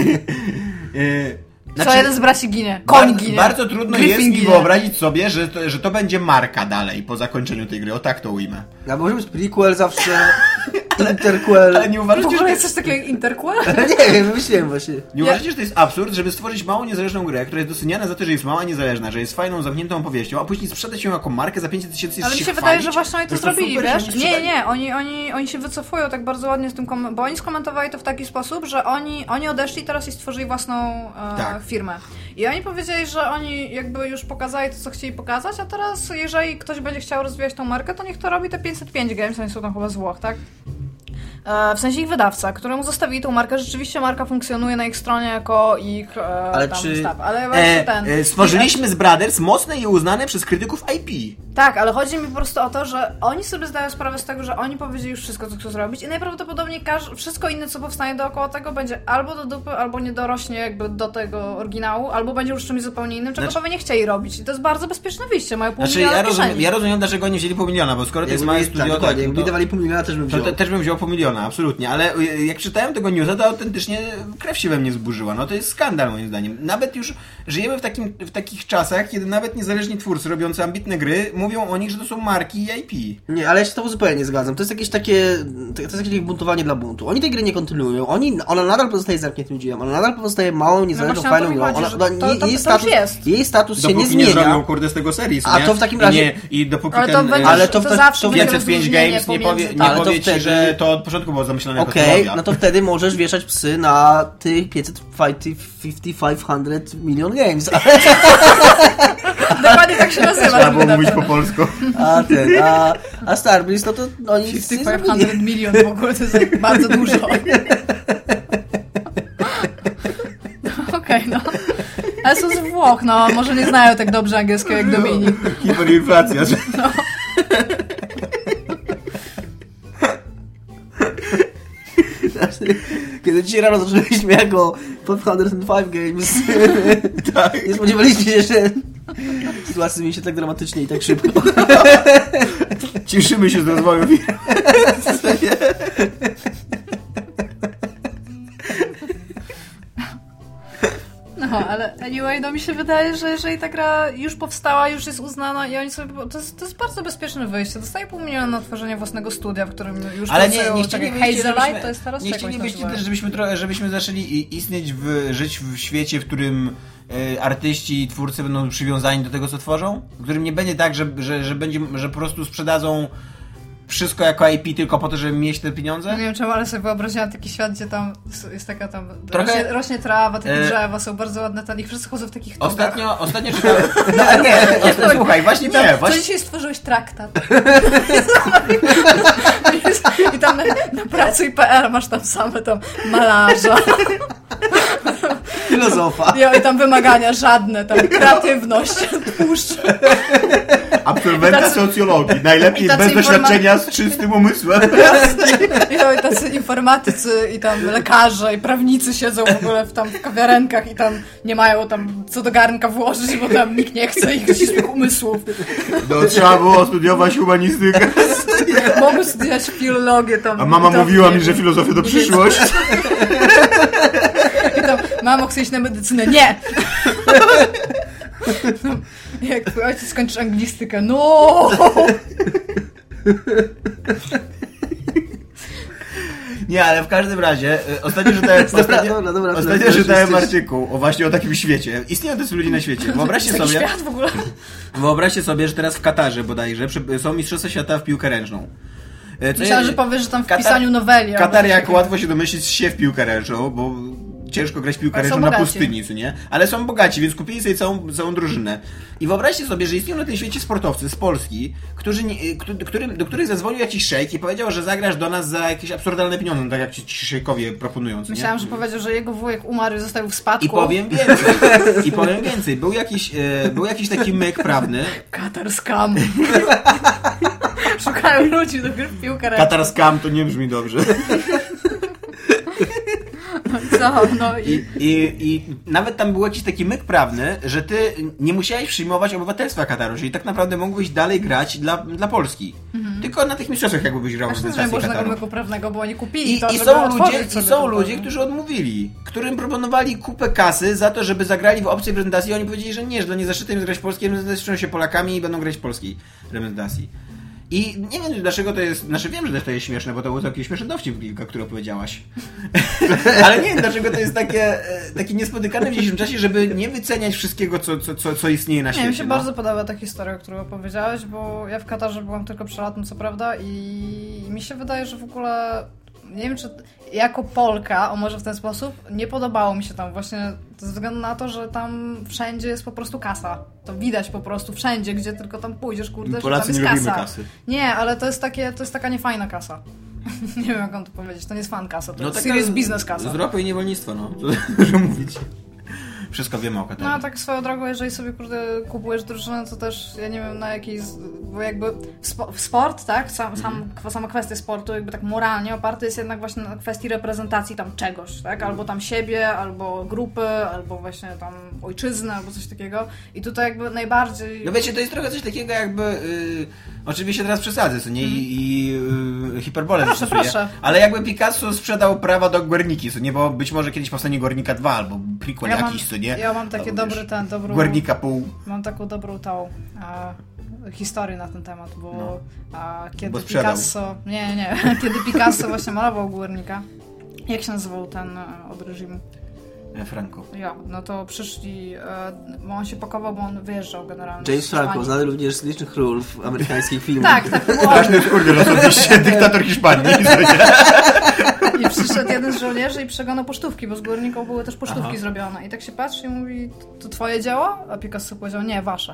Co jeden z braci ginie. Koń ginie. Bardzo trudno jest mi wyobrazić sobie, że to będzie marka dalej po zakończeniu tej gry. O tak to ujmę. Ja może być prequel zawsze... Interquel. Ale nie uważacie, w ogóle jest coś takiego jak Interquel? Nie wiem, wymyśliłem właśnie. Nie uważacie, że to jest absurd, żeby stworzyć małą, niezależną grę, która jest doceniana za to, że jest mała, niezależna, że jest fajną, zamkniętą opowieścią, a później sprzedać ją jako markę za 500 000 Ale mi się wydaje, że właśnie oni to zrobili, wiesz? Nie, oni się wycofują tak bardzo ładnie z tym, bo oni skomentowali to w taki sposób, że oni odeszli teraz i stworzyli własną firmę. I oni powiedzieli, że oni jakby już pokazali to, co chcieli pokazać, a teraz jeżeli ktoś będzie chciał rozwijać tą markę, to niech to robi te 505 Games, oni są tam chyba z Włoch, tak? W sensie ich wydawca, któremu zostawili tą markę. Rzeczywiście marka funkcjonuje na ich stronie jako ich ale tam czy... wystaw. Ale właśnie stworzyliśmy z Brothers mocne i uznane przez krytyków IP. Tak, ale chodzi mi po prostu o to, że oni sobie zdają sprawę z tego, że oni powiedzieli już wszystko, co chcą zrobić i najprawdopodobniej wszystko inne, co powstanie dookoła tego, będzie albo do dupy, albo nie dorośnie jakby do tego oryginału, albo będzie już czymś zupełnie innym, czego pewnie nie chcieli robić. I to jest bardzo bezpieczne wyjście, mają pół miliona ja rozumiem, dlaczego oni wzięli $500 000, bo skoro to jest małe studio, tak, jakby dawali $500 000, też bym wziął. Też bym wziął $500 000, absolutnie, ale jak czytałem tego newsa, to autentycznie krew się we mnie zburzyła. No to jest skandal moim zdaniem. Nawet już żyjemy w takich czasach, kiedy nawet niezależni twórcy robiący ambitne gry mówią o nich, że to są marki i IP. Nie, ale ja się z tobą zupełnie nie zgadzam. To jest jakieś takie buntowanie dla buntu. Oni tej gry nie kontynuują. Ona nadal pozostaje zamkniętym dziełem. Ona nadal pozostaje małą, niezależną, fajną grą. Jej status się nie zmienia. Nie zrobią, kurde, z tego serii, a to w takim razie... I dopóki ale to zawsze 505 Games nie powie ci, że to od początku było zamyślone jako technologia. No to wtedy możesz wieszać psy na tych 500 million games. Dokładnie tak się nazywa. Trzeba było mówić po polsku. A Starbreeze, no to oni... 500 milion w ogóle, to jest bardzo dużo. Okej, no. Ale są z Włoch, no. Może nie znają tak dobrze angielskiego jak Dominik. Hiperinflacja. No. Kiedy dzisiaj rano zaczęliśmy jako 505 Games, tak. Nie spodziewaliśmy się, że sytuacja zmieni się tak dramatycznie i tak szybko. Cieszymy się z rozwoju. No, ale anyway, no mi się wydaje, że jeżeli ta gra już powstała, już jest uznana i oni sobie... To jest bardzo bezpieczne wyjście. Dostaje $500 000 na tworzenie własnego studia, w którym już ale pracują... nie chcieli Hazelight, to jest teraz nie chcieli też, żebyśmy zaczęli istnieć, żyć w świecie, w którym artyści i twórcy będą przywiązani do tego, co tworzą, w którym nie będzie tak, że po prostu sprzedadzą wszystko jako IP tylko po to, żeby mieć te pieniądze? Nie wiem czemu, ale sobie wyobraziłam taki świat, gdzie tam jest taka tam... Trochę... Rośnie trawa, takie drzewa są bardzo ładne, tam ich wszyscy chodzą w takich togach. Ostatnio czytałem... No nie, słuchaj, właśnie nie. Co dzisiaj stworzyłeś traktat? I tam na pracuj.pl masz tam same tam malarza. Filozofa. I tam wymagania żadne, tam kreatywność, tłuszcz. Absolwenta socjologii. Najlepiej bez doświadczenia z czystym umysłem. I tacy informatycy, i tam lekarze, i prawnicy siedzą w ogóle w kawiarenkach i tam nie mają tam co do garnka włożyć, bo tam nikt nie chce ich ścisłych umysłów. No trzeba było studiować humanistykę. Mogę studiować filologię tam. A mama mówiła mi, że filozofię to przyszłość. I tam, mamo, chcę iść na medycynę. Nie! Jak twój ojciec skończysz anglistykę. No! Nie, ale w każdym razie ostatnio czytałem artykuł właśnie o takim świecie. Istnieją tacy ludzie na świecie. Wyobraźcie sobie, że teraz w Katarze bodajże są mistrzostwa świata w piłkę ręczną. Myślałam, że powiesz, że tam w pisaniu noweli. Katar, jak łatwo się domyślić, się w piłkę ręczną, bo ciężko grać piłkę ręczną na pustyni, co nie? Ale są bogaci, więc kupili sobie całą drużynę. I wyobraźcie sobie, że istnieją na tym świecie sportowcy z Polski, do których zadzwonił jakiś szejk i powiedział, że zagrasz do nas za jakieś absurdalne pieniądze, tak jak ci szejkowie proponują. Myślałam, że powiedział, że jego wujek umarł i został w spadku. I powiem więcej. Był jakiś taki myk prawny. Katar scam. Szukają ludzi do gry w piłkę ręczną. Katar scam to nie brzmi dobrze. I nawet tam był jakiś taki myk prawny, że ty nie musiałeś przyjmować obywatelstwa Kataru, czyli tak naprawdę mógłbyś dalej grać dla Polski. Tylko na tych mistrzostwach jakby byś grał w reprezentacji Kataru. Myku prawnego, bo oni kupili I są ludzie, którzy odmówili, którym proponowali kupę kasy za to, żeby zagrali w obcej reprezentacji i oni powiedzieli, że nie, że dla nie zaszczytem jest grać w polskiej reprezentacji, czują się Polakami i będą grać w polskiej reprezentacji. I nie wiem, dlaczego to jest... wiem, że to jest śmieszne, bo to był taki śmieszny dowcip, Lilka, który opowiedziałaś. Ale nie wiem, dlaczego to jest takie niespotykane w dzisiejszym czasie, żeby nie wyceniać wszystkiego, co istnieje na świecie. Nie, mi się bardzo podoba ta historia, którą opowiedziałeś, bo ja w Katarze byłam tylko przelatą, co prawda, i mi się wydaje, że w ogóle... Nie wiem, czy jako Polka, może w ten sposób, nie podobało mi się tam właśnie ze względu na to, że tam wszędzie jest po prostu kasa. To widać po prostu wszędzie, gdzie tylko tam pójdziesz, kurde, Polacy że tam jest nie kasa. Kasy. Nie, ale to jest taka niefajna kasa. Nie wiem, jak on to powiedzieć. To nie jest fan kasa, to jest serious business kasa. Z ropy i niewolnictwo, no. Co dużo mówić. Wszystko wiemy o Katarii. No tak swoją drogą, jeżeli sobie kupujesz drużynę, to też ja nie wiem na jakiej, bo jakby sport, tak? Sama kwestia sportu jakby tak moralnie oparty jest jednak właśnie na kwestii reprezentacji tam czegoś, tak? Albo tam siebie, albo grupy, albo właśnie tam ojczyzny, albo coś takiego. I tutaj jakby najbardziej... No wiecie, to jest trochę coś takiego jakby... oczywiście teraz przesadzę, co nie? I hiperbolę proszę. Ale jakby Picasso sprzedał prawa do Guerniki, co nie? Bo być może kiedyś powstanie Guernica 2 albo prequel jakiś, co nie? Ja mam takie dobrą... Guernica pół. Mam taką dobrą historię na ten temat, bo kiedy bo sprzedał. Picasso... Nie. Kiedy Picasso właśnie malował Guernica, jak się nazywał ten od reżimu? Franco. Ja, no to przyszli, bo on się pakował, bo on wyjeżdżał generalnie. James Franco, znany również z licznych ról w amerykańskich filmach. Tak, to było. Ważny wkurwiel osobiście, dyktator Hiszpanii. I przyszedł jeden z żołnierzy i przegonał pocztówki, bo z Guernicą były też pocztówki zrobione. I tak się patrzy i mówi, to twoje dzieło? A Picasso powiedział, nie, wasze.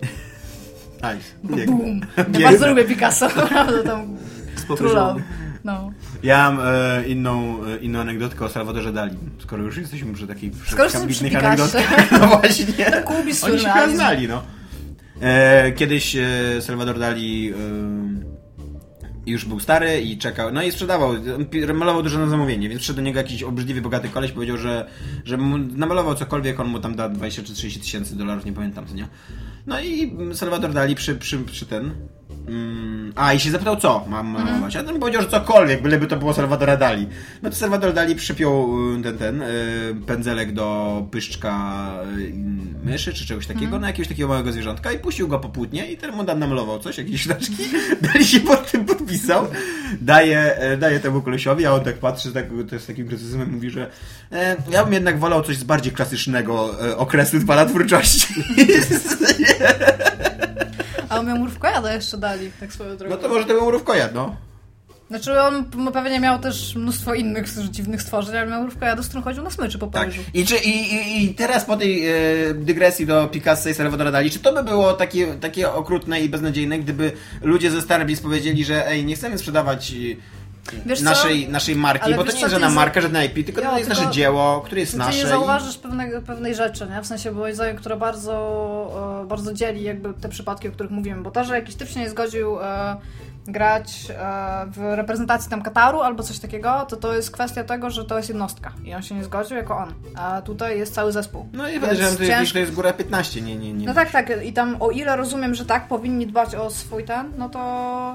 Nice. Boom. Ja bardzo lubię Picasso, naprawdę tam trulał. No. Ja mam inną anegdotkę o Salvadorze Dali, skoro już jesteśmy przy takich ambitnych anegdotkach. No właśnie. Oni się chyba znali, no. Kiedyś Salvador Dali już był stary i czekał, no i sprzedawał, on malował dużo na zamówienie, więc przyszedł do niego jakiś obrzydliwy, bogaty koleś, powiedział, że mu namalował cokolwiek, on mu tam da 20 czy 30 tysięcy dolarów, nie pamiętam, co nie? No i Salvador Dali przy ten... i się zapytał, co mam malować. A ten powiedział, że cokolwiek, byleby to było Salvadora Dali. No to Salvador Dali przypiął ten pędzelek do pyszczka myszy czy czegoś takiego, na jakiegoś takiego małego zwierzątka i puścił go po płótnie i ten mu namalował coś, jakieś szlaczki. Dali się pod tym podpisał. Daje temu kolesiowi, a on tak patrzy, to z takim krytycyzmem mówi, że ja bym jednak wolał coś z bardziej klasycznego okresu pana twórczości. A on miał mrówkojada jeszcze Dali, tak swoją drogą. No to może to był mrówkojad, no. Znaczy on pewnie miał też mnóstwo innych dziwnych stworzeń, ale miał mrówkojada, z którym chodził na smyczy po Paryżu. Tak. I teraz po tej dygresji do Picassa i Salvadora Dali, czy to by było takie okrutne i beznadziejne, gdyby ludzie ze Starbis powiedzieli, że nie chcemy sprzedawać naszej marki, ale bo to nie jest żadna marka, żadna IP, tylko to jest nasze dzieło, które jest nasze. Ty nie zauważysz pewnej rzeczy, nie? W sensie było jedzenie, które bardzo dzieli jakby te przypadki, o których mówimy, bo to, że jakiś typ się nie zgodził grać w reprezentacji tam Kataru albo coś takiego, to jest kwestia tego, że to jest jednostka i on się nie zgodził jako on, a tutaj jest cały zespół. No i podejrzewam, że to jest góra 15, nie. No tak, i tam o ile rozumiem, że tak, powinni dbać o swój no to...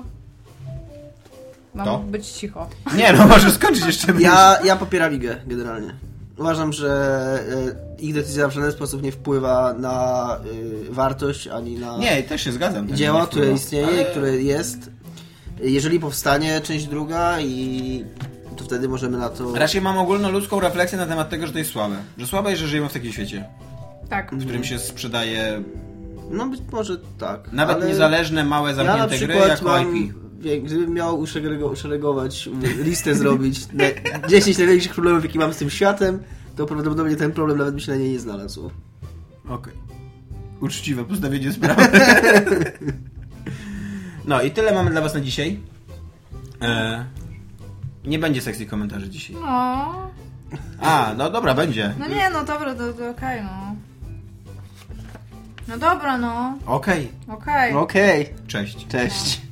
Mam być cicho. Nie, no możesz skończyć jeszcze. Ja popieram ligę generalnie. Uważam, że ich decyzja w żaden sposób nie wpływa na wartość, ani na nie, też się zgadzam. Dzieło, które istnieje, które jest. Jeżeli powstanie część druga i to wtedy możemy na to... Raczej mam ogólnoludzką refleksję na temat tego, że to jest słabe. Że słabe jest, że żyjemy w takim świecie. Tak. W którym się sprzedaje... No być może tak. Nawet niezależne, małe, zamknięte gry jako IP. Gdybym miał uszeregować, listę zrobić 10 największych problemów, jakie mam z tym światem, to prawdopodobnie ten problem nawet by się na niej nie znalazł. Okej. Uczciwe postawienie sprawy. No i tyle mamy dla was na dzisiaj. Nie będzie sekcji komentarzy dzisiaj. No. No dobra, będzie. No nie, no dobra, to okej, no. No dobra, no. Okej. Okej. Okej. Cześć. Cześć.